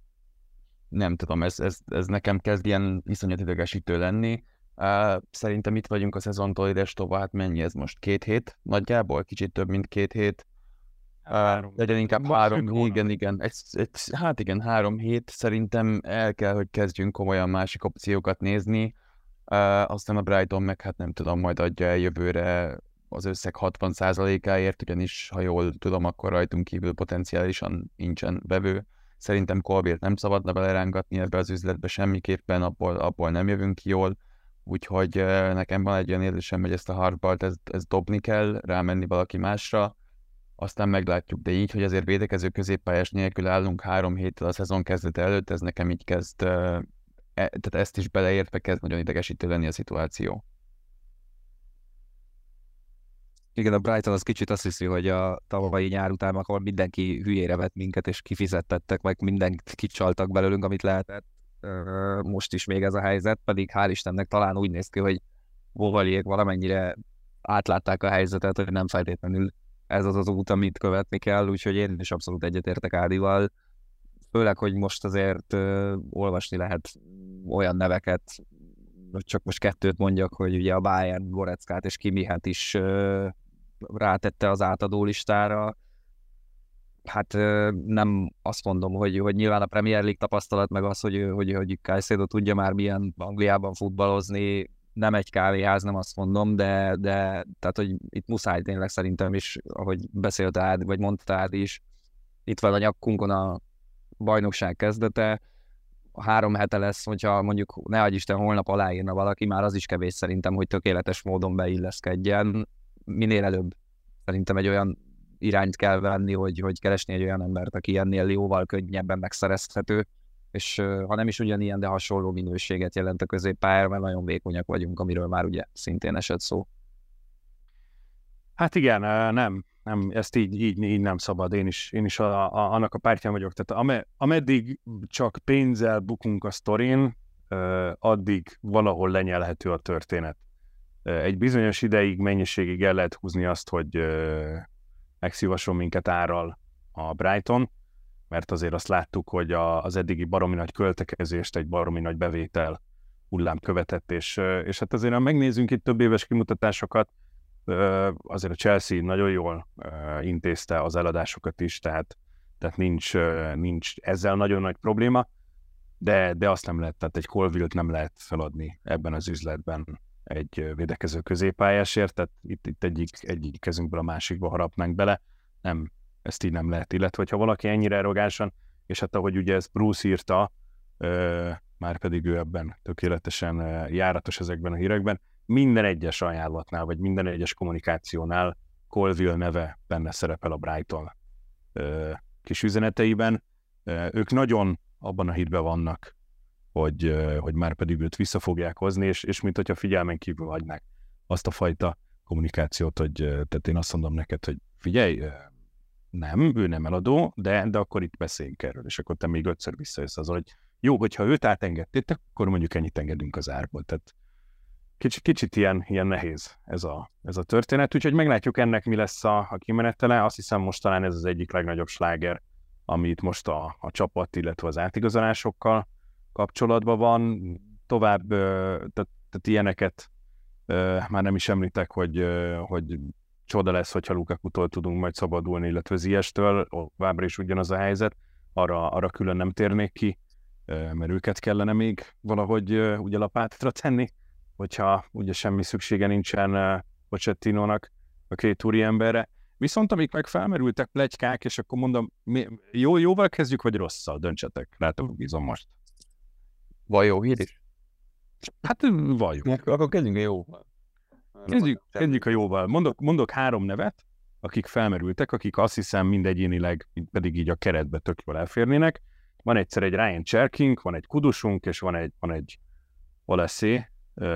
nem tudom, ez, ez, ez nekem kezd ilyen iszonyat idegesítő lenni. Uh, szerintem itt vagyunk a szezontól ides tovább, hát mennyi ez most? Két hét nagyjából? Kicsit több, mint két hét. Uh, legyen inkább három, igen, igen. Egy, egy, hát igen, három hét. Szerintem el kell, hogy kezdjünk komolyan másik opciókat nézni. Uh, aztán a Brighton meg hát nem tudom, majd adja el jövőre az összeg hatvan százalékáért, ugyanis ha jól tudom, akkor rajtunk kívül potenciálisan nincsen vevő. Szerintem Colwillt nem szabadna belerángatni ebbe az üzletbe semmiképpen, abból, abból nem jövünk ki jól. Úgyhogy nekem van egy olyan érzésem, hogy ezt a hardballt, ezt, ezt dobni kell, rámenni valaki másra, aztán meglátjuk. De így, hogy azért védekező középpályás nélkül állunk három héttel a szezon kezdete előtt, ez nekem így kezd, e, tehát ezt is beleértve kezd nagyon idegesítő lenni a szituáció. Igen, a Brighton az kicsit azt hiszi, hogy a tavalyi nyár után akkor mindenki hülyére vett minket, és kifizettettek, meg mindent kicsaltak belőlünk, amit lehetett. Most is még ez a helyzet, pedig hál' Istennek talán úgy néz ki, hogy Bovaliék valamennyire átlátták a helyzetet, hogy nem feltétlenül ez az az út, amit követni kell, úgyhogy én is abszolút egyetértek Ádival. Főleg, hogy most azért ö, olvasni lehet olyan neveket, hogy csak most kettőt mondjak, hogy ugye a Bayern Goretzkát és Kimichet is ö, rátette az átadó listára. Hát ö, nem azt mondom, hogy, hogy nyilván a Premier League tapasztalat, meg az, hogy, hogy, hogy Caicedo tudja már milyen Angliában futballozni, nem egy kávéház, nem azt mondom, de, de tehát, hogy itt muszáj tényleg szerintem is, ahogy beszélt Ádi, vagy mondta Ádi is, itt van a nyakunkon a bajnokság kezdete, a három hete lesz, hogyha mondjuk ne adj Isten holnap aláírna valaki, már az is kevés szerintem, hogy tökéletes módon beilleszkedjen. Minél előbb szerintem egy olyan irányt kell venni, hogy, hogy keresni egy olyan embert, aki ennél jóval könnyebben megszerezhető, és ha nem is ugyanilyen, de hasonló minőséget jelent a középpályára, mert nagyon vékonyak vagyunk, amiről már ugye szintén esett szó. Hát igen, nem, nem, ezt így, így, így nem szabad, én is, én is a, a, annak a pártján vagyok. Tehát ame, ameddig csak pénzzel bukunk a sztorin, addig valahol lenyelhető a történet. Egy bizonyos ideig, mennyiségig el lehet húzni azt, hogy megszívasson minket árral a Brighton, mert azért azt láttuk, hogy a, az eddigi baromi nagy költekezést egy baromi nagy bevétel hullám követett, és, és hát azért, ha megnézzünk itt több éves kimutatásokat, azért a Chelsea nagyon jól intézte az eladásokat is, tehát, tehát nincs, nincs ezzel nagyon nagy probléma, de, de azt nem lehet, tehát egy Colwill-t nem lehet feladni ebben az üzletben egy védekező középpályásért, tehát itt, itt egyik, egyik kezünkből a másikba harapnánk bele, nem, ezt így nem lehet, illetve hogyha valaki ennyire arrogánsan, és hát ahogy ugye ezt Bruce írta, már pedig ő ebben tökéletesen járatos ezekben a hírekben, minden egyes ajánlatnál, vagy minden egyes kommunikációnál Colwill neve benne szerepel a Brighton kis üzeneteiben. Ők nagyon abban a hitben vannak, hogy, hogy már pedig őt vissza fogják hozni, és, és mint hogyha figyelmen kívül hagynák azt a fajta kommunikációt, hogy tehát én azt mondom neked, hogy figyelj, nem, ő nem eladó, de, de akkor itt beszéljünk erről, és akkor te még ötször visszajössz az, hogy jó, hogyha őt átengedtétek, akkor mondjuk ennyit engedünk az árból. Tehát kicsit, kicsit ilyen, ilyen nehéz ez a, ez a történet, úgyhogy meglátjuk ennek mi lesz a, a kimenetele. Azt hiszem most talán ez az egyik legnagyobb sláger, ami itt most a, a csapat, illetve az átigazolásokkal kapcsolatban van. Tovább, tehát, tehát ilyeneket már nem is említek, hogy, hogy csoda lesz, hogyha Lukakutól tudunk majd szabadulni, illetve Ziyech-től, továbbra is ugyanaz a helyzet, arra, arra külön nem térnék ki, mert őket kellene még valahogy ugye lapátra tenni, hogyha ugye semmi szüksége nincsen Pochettinónak a két úriemberre. Viszont amik meg felmerültek pletykák, és akkor mondom, mi, jó, jóval kezdjük, vagy rosszal? Döntsetek, rátok bízom most. Van jó hír is? Hát van jó. Akkor kezdjünk a jóval. Kezdjük, kezdjük a jóval. Mondok, mondok három nevet, akik felmerültek, akik azt hiszem mindegyénileg, pedig így a keretbe tök jól elférnének. Van egyszer egy Ryan Cherking, van egy Kudusunk, és van egy, van egy Oleszé.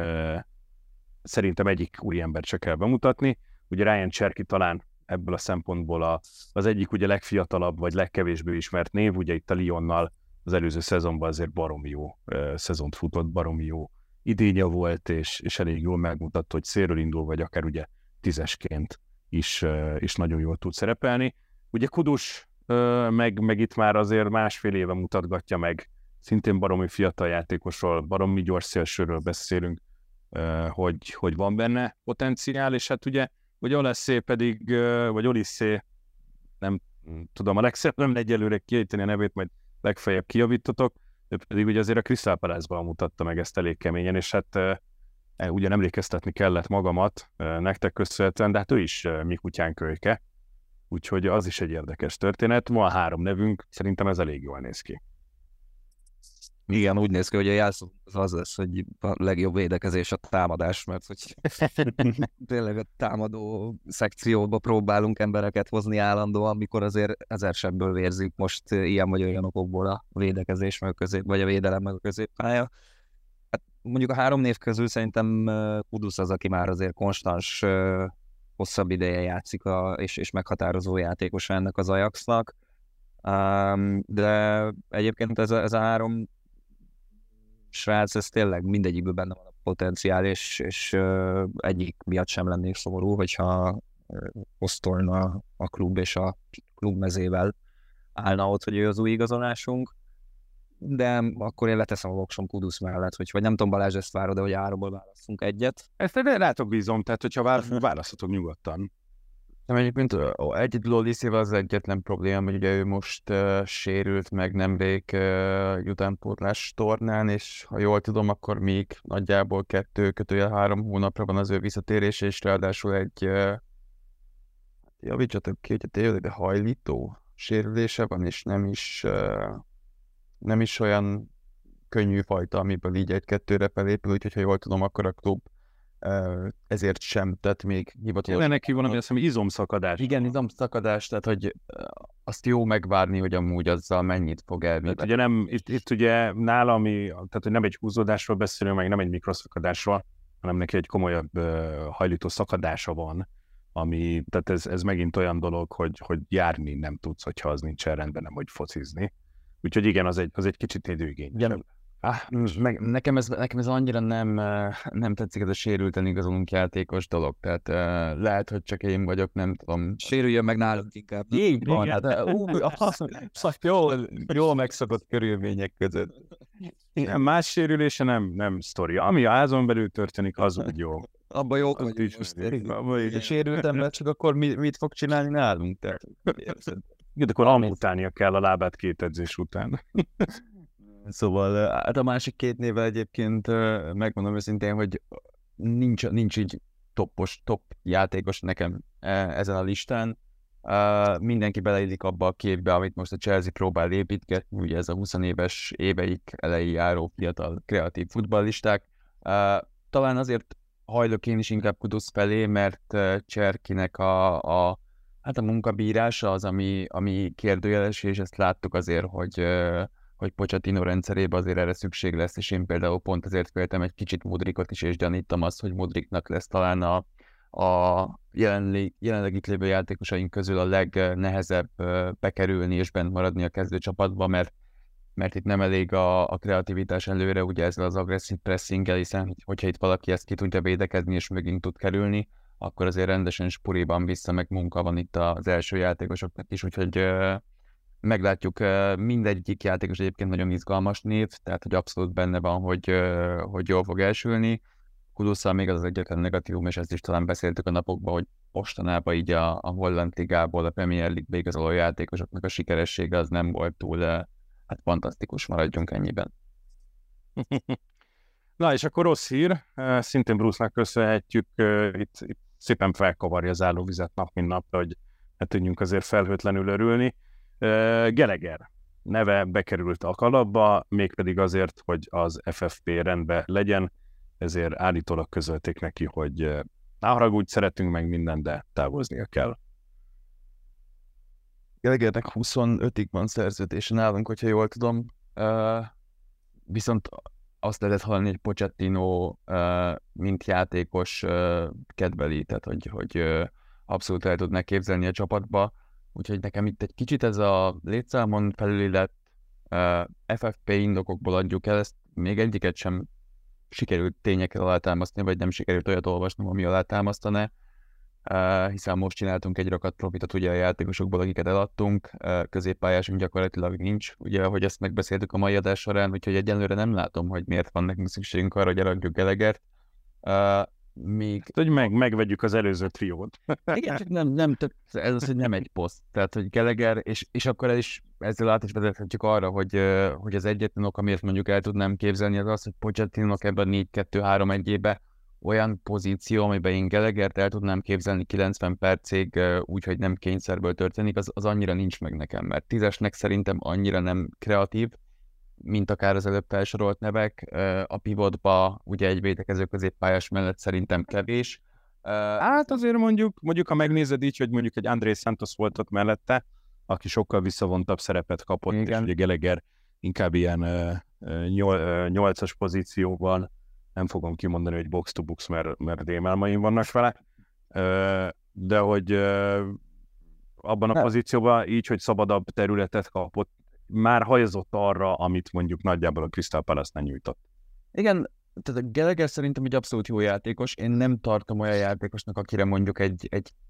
Szerintem egyik úriember csak kell bemutatni. Ugye Ryan Cherky talán ebből a szempontból a, az egyik ugye legfiatalabb, vagy legkevésbé ismert név, ugye itt a Lyonnal az előző szezonban azért baromi jó uh, szezont futott, baromi jó idénye volt, és, és elég jól megmutatta, hogy szélről indul, vagy akár ugye tízesként is, uh, is nagyon jól tud szerepelni. Ugye Kudus uh, meg, meg itt már azért másfél éve mutatgatja meg, szintén baromi fiatal játékosról, baromi gyors szélsőről beszélünk, uh, hogy, hogy van benne potenciál, és hát ugye, hogy Oleszé pedig, uh, vagy Oliszé, nem tudom a legszebb, nem egyelőre kiejteni a nevét, majd legfeljebb kijavítotok, ő pedig ugye azért a Crystal Palace-ban mutatta meg ezt elég keményen, és hát e, ugyan emlékeztetni kellett magamat e, nektek köszönhetően, de hát ő is e, mi kutyán kölyke, úgyhogy az is egy érdekes történet. Van három nevünk, szerintem ez elég jól néz ki. Igen, úgy néz ki, hogy a jelszó az az lesz, hogy a legjobb védekezés a támadás, mert hogy tényleg a támadó szekcióba próbálunk embereket hozni állandóan, amikor azért ezer sebből vérzik most ilyen vagy olyan okokból a védekezés, meg a közép, vagy a védelem, meg a középpálya. Hát mondjuk a három név közül szerintem Kudus az, aki már azért konstans, hosszabb ideje játszik, a, és, és meghatározó játékos ennek az Ajaxnak. Um, de egyébként ez a, ez a három srác, ez tényleg mindegyikből benne van a potenciál, és, és uh, egyik miatt sem lennék szomorú, hogyha posztolna a klub és a klub mezével állna ott, hogy ő az új igazolásunk, de akkor én leteszem a voksom Kudus mellett, hogy vagy nem tudom, Balázs, ezt várod, de hogy áramból válasszunk egyet. Ezt rátok bízom, tehát hogyha vár, választhatok nyugodtan. Nem, egyébként ó, egyedül Oliszével az egyetlen probléma, hogy ugye ő most uh, sérült meg nemrég uh, utánpótlás tornán, és ha jól tudom, akkor még nagyjából kettő kötőjel három hónapra van az ő visszatérése, és ráadásul egy uh, javítsatok ki, hogy tényleg de hajlító sérülése van, és nem is uh, nem is olyan könnyű fajta, amiből így egy-kettőre felépül, úgyhogy ha jól tudom, akkor a klub uh, ezért sem tett még hivatalos. Kellene neki valami, azt hiszem, izomszakadás. Igen, izomszakadás, tehát hogy uh, azt jó megvárni, hogy amúgy azzal mennyit fog elvinni. Tehát ugye nem, itt, itt ugye nála, ami, tehát hogy nem egy húzódásról beszélünk, meg nem egy mikroszakadásról, hanem neki egy komolyabb uh, hajlító szakadása van, ami, tehát ez, ez megint olyan dolog, hogy, hogy járni nem tudsz, hogyha az nincsen rendben, nem hogy focizni. Úgyhogy igen, az egy, az egy kicsit időigényesebb. Ah, meg, nekem, ez, nekem ez annyira nem, nem tetszik, ez a sérülten igazolunk játékos dolog. Tehát uh, lehet, hogy csak én vagyok, nem tudom. Sérüljön meg nálunk inkább. Így van, hát uh, uh, jól, jól megszokott körülmények között. Nem, más sérülése nem, nem sztori. Ami a házon belül történik, az úgy jó. Abban jók Azt is vagyunk. Ha sérültem, mert csak akkor mit, mit fog csinálni nálunk? Tehát, igen, akkor amputálnia kell a lábát két edzés után. Szóval hát a másik két névvel egyébként megmondom őszintén, hogy nincs, nincs így toppos, top játékos nekem ezen a listán. Mindenki beleillik abba a képbe, amit most a Chelsea próbál építgetni, ugye ez a húsz éves éveik elején járó fiatal kreatív futballisták. Talán azért hajlok én is inkább Kudus felé, mert Cserkinek a, a hát a munkabírása az, ami, ami kérdőjeles, és ezt láttuk azért, hogy, hogy Pochettino rendszerében azért erre szükség lesz, és én például pont azért féltem egy kicsit Mudrikot is, és gyanítom azt, hogy Mudriknak lesz talán a, a jelenleg, jelenleg itt lévő játékosaink közül a legnehezebb bekerülni és bent maradni a kezdőcsapatba, mert, mert itt nem elég a, a kreativitás előre, ugye ezzel az agresszív pressinggel, hiszen hogyha itt valaki ezt ki tudja védekezni, és megint tud kerülni, akkor azért rendesen spuriban vissza, meg munka van itt az első játékosoknak is, úgyhogy uh, meglátjuk. Uh, mindegyik játékos egyébként nagyon izgalmas név, tehát hogy abszolút benne van, hogy, uh, hogy jól fog elsülni. Kudusszal még az az egyetlen negatívum, és ezt is talán beszéltük a napokban, hogy mostanában így a, a Holland Ligából, a Premier League-be igazoló játékosoknak a sikeressége az nem volt túl uh, hát fantasztikus, maradjunk ennyiben. Na és akkor rossz hír, szintén Bruce-nak köszönhetjük, itt, itt szépen felkavarja az állóvizet nap, mint nap, hogy ne tudjunk azért felhőtlenül örülni. Gallagher neve bekerült a kalapba, mégpedig azért, hogy az ef ef pé rendben legyen, ezért állítólag közölték neki, hogy ne haragudj, szeretünk meg mindent, de távoznia kell. Gallaghernek huszonötig van szerződése nálunk, hogyha jól tudom, uh, viszont azt lehetett hallani, hogy Pochettino uh, mint játékos uh, kedveli, tehát hogy, hogy uh, abszolút el tudnak képzelni a csapatba, úgyhogy nekem itt egy kicsit ez a létszámon felüli lett uh, ef ef pé indokokból adjuk el, ezt még egyiket sem sikerült tényekkel alátámasztani, vagy nem sikerült olyat olvasnom, ami alátámasztaná, uh, hiszen most csináltunk egy rakat profitot ugye a játékosokból, akiket eladtunk, uh, középpályásunk gyakorlatilag nincs, ugye, ahogy ezt megbeszéltük a mai adás során, úgyhogy egyenlőre nem látom, hogy miért van nekünk szükségünk arra, hogy eladjuk Gallaghert. Uh, még... Hogy meg, megvegyük az előző triót. Igen, csak nem, nem ez az, hogy nem egy poszt. Tehát, hogy Gallagher, és, és akkor el is, ezzel át is vezethetjük arra, hogy, hogy az egyetlen ok, amiért mondjuk el tudnám képzelni, az az, hogy Pochettino-nak ebben a négy kettő három egy-ébe olyan pozíció, amiben én Gallaghert el tudnám képzelni kilencven percig, úgyhogy nem kényszerből történik, az, az annyira nincs meg nekem, mert tízesnek szerintem annyira nem kreatív, mint akár az előbb felsorolt nevek. A pivotba ugye egy védekező középpályás mellett szerintem kevés. Hát azért mondjuk, mondjuk ha megnézed így, hogy mondjuk egy Andrés Santos volt ott mellette, aki sokkal visszavontabb szerepet kapott, igen. És ugye Gallagher inkább ilyen nyolcas pozícióban, nem fogom kimondani, hogy box to box, mert, mert rémálmaim vannak vele, de hogy abban a pozícióban így, hogy szabadabb területet kapott, már hajazott arra, amit mondjuk nagyjából a Crystal Palace nem nyújtott. Igen, tehát a Gallagher szerintem egy abszolút jó játékos. Én nem tartom olyan játékosnak, akire mondjuk egy, egy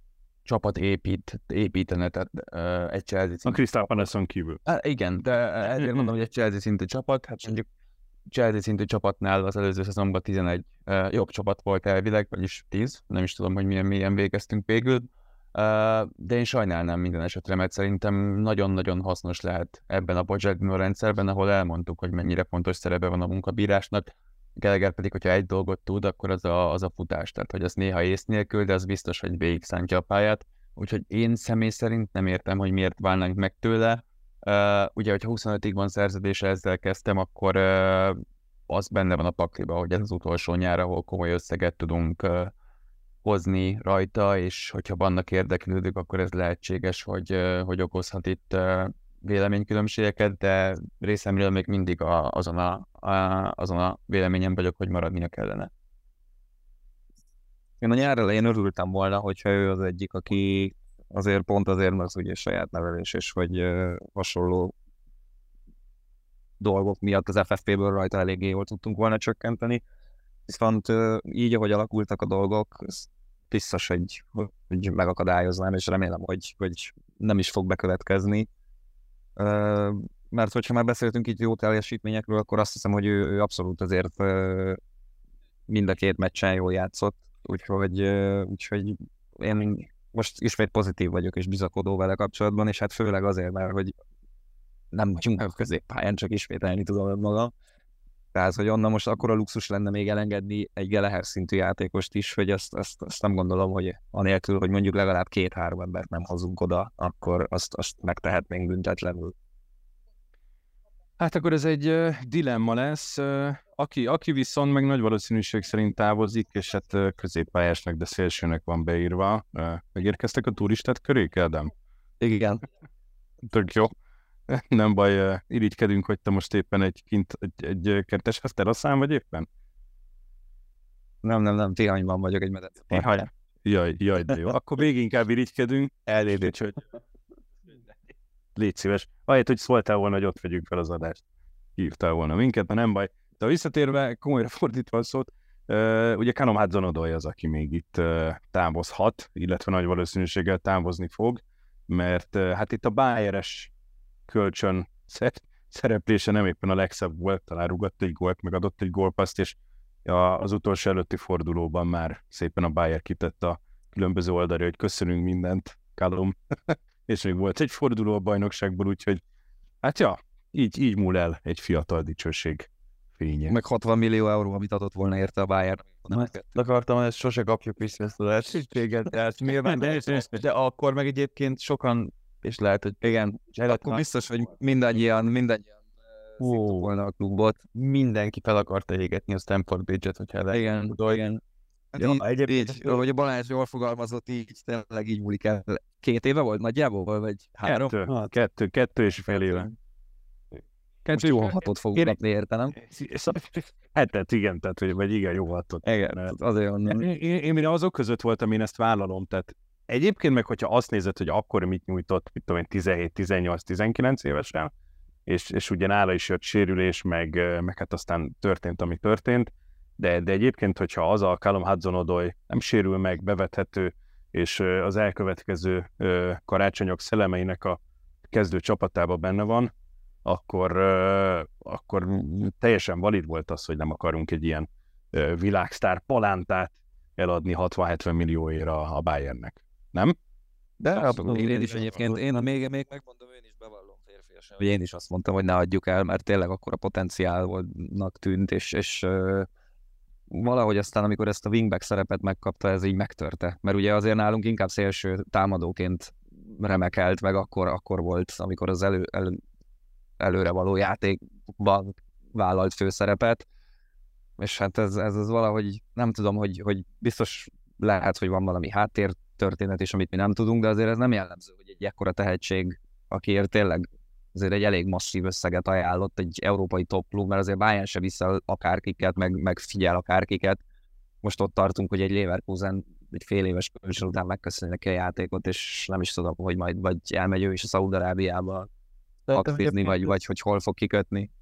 csapat épít, építene, tehát uh, egy Chelsea A szintű. Crystal Palace-on kívül. Hát igen, de ezért mondom, hogy egy Chelsea szintű csapat, hát mondjuk Chelsea szintű csapatnál az előző szezonban tizenegy uh, jobb csapat volt elvileg, vagyis tíz, nem is tudom, hogy milyen mélyen végeztünk végül, uh, de én sajnálnám minden esetre, mert szerintem nagyon-nagyon hasznos lehet ebben a Pochettino rendszerben, ahol elmondtuk, hogy mennyire fontos szerepe van a munkabírásnak. Gallagher pedig, hogyha egy dolgot tud, akkor az a, az a futás, tehát hogy az néha ész nélkül, de az biztos, hogy végig szántja a pályát, úgyhogy én személy szerint nem értem, hogy miért válnánk meg tőle. Uh, ugye, hogyha huszonötig van szerződése, ezzel kezdtem, akkor uh, az benne van a pakliba, hogy ez az utolsó nyár, ahol komoly összeget tudunk uh, hozni rajta, és hogyha vannak érdeklődők, akkor ez lehetséges, hogy, uh, hogy okozhat itt uh, véleménykülönbségeket, de részemről még mindig a, azon, a, a, azon a véleményem vagyok, hogy maradnia kellene. Én a nyár elején örültem volna, hogyha ő az egyik, aki azért pont azért, mert az ugye saját nevelés, és hogy uh, hasonló dolgok miatt az ef ef pé-ből rajta eléggé jól tudtunk volna csökkenteni. Viszont uh, így, ahogy alakultak a dolgok, ez biztos, hogy, hogy megakadályoznám, és remélem, hogy, hogy nem is fog bekövetkezni. Uh, mert hogyha már beszéltünk itt jó teljesítményekről, akkor azt hiszem, hogy ő, ő abszolút azért uh, mind a két meccsen jól játszott, úgyhogy, uh, úgyhogy én most ismét pozitív vagyok és bizakodó vele kapcsolatban, és hát főleg azért, mert hogy nem vagyunk meg a középpályán, csak ismételni tudom magam. Tehát, hogy onnan most akkora luxus lenne még elengedni egy Gallagher szintű játékost is, hogy azt, azt, azt nem gondolom, hogy anélkül, hogy mondjuk legalább két-három embert nem hozunk oda, akkor azt, azt megtehetnénk büntetlenül. Hát akkor ez egy uh, dilemma lesz. Uh, aki, aki viszont meg nagy valószínűség szerint távozik, és hát uh, középpályásnak, de szélsőnek van beírva. Uh, megérkeztek a turistát köré, Ádám? Igen. Tök jó. Nem baj, uh, irigykedünk, hogy te most éppen egy, kint, egy, egy kertesház teraszán vagy éppen? Nem, nem, nem, Tihanyban vagyok egy medence. Jaj, jaj, de jó. Akkor még inkább irigykedünk. Elnézést, hogy légy szíves. Ahelyett, hogy szóltál volna, hogy ott vegyünk fel az adást. Hívtál volna minket, de nem baj. De visszatérve, komolyra fordítva a szót, uh, ugye Callum Hudson-Odoi az, aki még itt uh, távozhat, illetve nagy valószínűséggel távozni fog, mert uh, hát itt a Bayer-es kölcsön szereplése nem éppen a legszebb volt, talán rúgott egy gólt, meg adott egy gólpaszt, és az utolsó előtti fordulóban már szépen a Bayer kitett a különböző oldalra, hogy köszönünk mindent, Callum, és még volt egy forduló a bajnokságból, úgyhogy hát ja, így, így múl el egy fiatal dicsőség fénye. Meg hatvan millió euró, amit adott volna érte a Bayern. Nem ezt akartam, hogy ezt sose kapjuk vissza ezt a lehetőséget, de ezt nyilván, de, de akkor meg egyébként sokan, és lehet, hogy igen, akkor biztos, hogy mindannyian, mindannyian szívtuk volna a klubot. Mindenki fel akarta égetni a Stamford Bridge-et, hogyha igen, igen. Hát ja, így, egyébként így, ahogy a Balázs jól fogalmazott, így tényleg így múlik el. Két éve volt nagyjából, vagy három? Kettő, hát. kettő, kettő és fél éve. Most jó hatot fogunk kapni érte, nem? Hetet, igen, tehát, hogy, vagy igen, jó hatot. Igen, mert azért onnan. Én, én, én mire azok között voltam, én ezt vállalom, tehát egyébként meg, hogyha azt nézed, hogy akkor mit nyújtott, mit tudom én, tizenhét, tizennyolc, tizenkilenc évesen, és, és ugye nála is jött sérülés, meg, meg hát aztán történt, ami történt, de, de egyébként, hogyha az a Callum Hudson-Odoi nem sérül meg, bevethető, és az elkövetkező karácsonyok szellemeinek a kezdő csapatában benne van, akkor, akkor teljesen valid volt az, hogy nem akarunk egy ilyen világsztár palántát eladni hatvan-hetven millióért a Bayernnek. Nem? De abszolút, én is egyébként, én még, még megmondom, én is bevallom férfiasan, hogy én is azt mondtam, hogy ne adjuk el, mert tényleg akkor a potenciálnak tűnt, és, és uh, valahogy aztán, amikor ezt a wingback szerepet megkapta, ez így megtörte. Mert ugye azért nálunk inkább szélső támadóként remekelt, meg akkor, akkor volt, amikor az elő, elő, előre való játékban vállalt főszerepet, és hát ez, ez, ez valahogy, nem tudom, hogy, hogy biztos lehet, hogy van valami háttér történet is, amit mi nem tudunk, de azért ez nem jellemző, hogy egy ekkora tehetség, akiért tényleg azért egy elég masszív összeget ajánlott egy európai top klub, mert azért Bayern se vissza akárkiket, meg, meg figyel akárkiket. Most ott tartunk, hogy egy Leverkusen egy fél éves kölcsön után megköszönni neki a játékot, és nem is tudom, hogy majd vagy elmegy ő is a Szaúd-Arábiába aktízni, vagy, vagy hogy hol fog kikötni.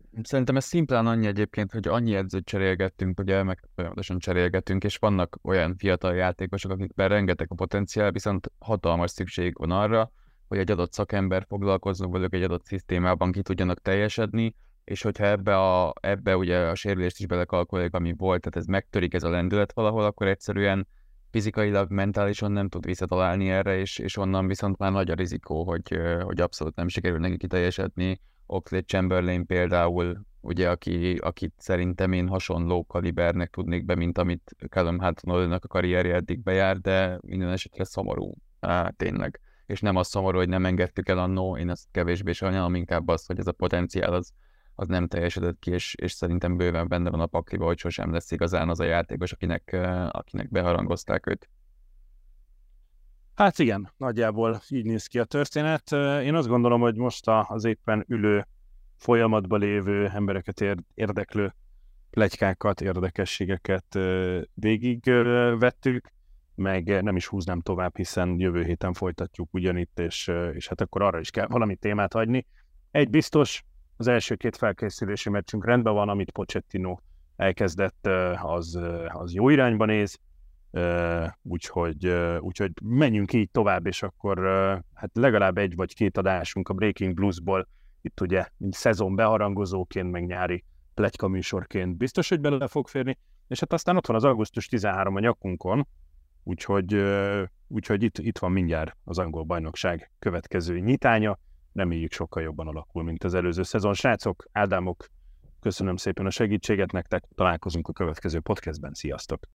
Szerintem ez szimplán annyi egyébként, hogy annyi edzőt cserélgettünk, ugye, meg folyamatosan cserélgetünk, és vannak olyan fiatal játékosok, akikben rengeteg a potenciál, viszont hatalmas szükség van arra, hogy egy adott szakember foglalkozzon velük egy adott szisztémában, ki tudjanak teljesedni, és hogyha ebbe, a, ebbe ugye a sérülést is belekalkulják, ami volt, tehát ez megtörik ez a lendület valahol, akkor egyszerűen fizikailag, mentálisan nem tud visszatalálni erre, és, és onnan viszont már nagy a rizikó, hogy, hogy abszolút nem sikerül neki kiteljesedni. Oxlade Chamberlain például, ugye, aki, akit szerintem én hasonló kalibernek tudnék be, mint amit Callum Hudson-Odoinak a karrierje eddig bejár, de minden esetre szomorú, á, tényleg. És nem az szomorú, hogy nem engedtük el annó, én ezt kevésbé sajnálom, inkább az, hogy ez a potenciál az, az nem teljesedett ki, és, és szerintem bőven benne van a pakliba, hogy sosem lesz igazán az a játékos, akinek, akinek beharangozták őt. Hát igen, nagyjából így néz ki a történet. Én azt gondolom, hogy most az éppen ülő, folyamatban lévő embereket érdeklő pletykákat, érdekességeket végigvettük, meg nem is húznám tovább, hiszen jövő héten folytatjuk ugyanitt, és, és hát akkor arra is kell valami témát hagyni. Egy biztos, az első két felkészülési meccsünk rendben van, amit Pochettino elkezdett, az, az jó irányba néz, úgyhogy, úgyhogy menjünk így tovább, és akkor hát legalább egy vagy két adásunk a Breaking Bluesból, itt ugye mint szezon beharangozóként, meg nyári pletyka műsorként biztos, hogy bele fog férni, és hát aztán ott van az augusztus tizenharmadika a nyakunkon, úgyhogy, úgyhogy itt, itt van mindjárt az angol bajnokság következő nyitánya, reméljük sokkal jobban alakul, mint az előző szezon. Srácok, Ádámok, köszönöm szépen a segítséget nektek, találkozunk a következő podcastben, sziasztok!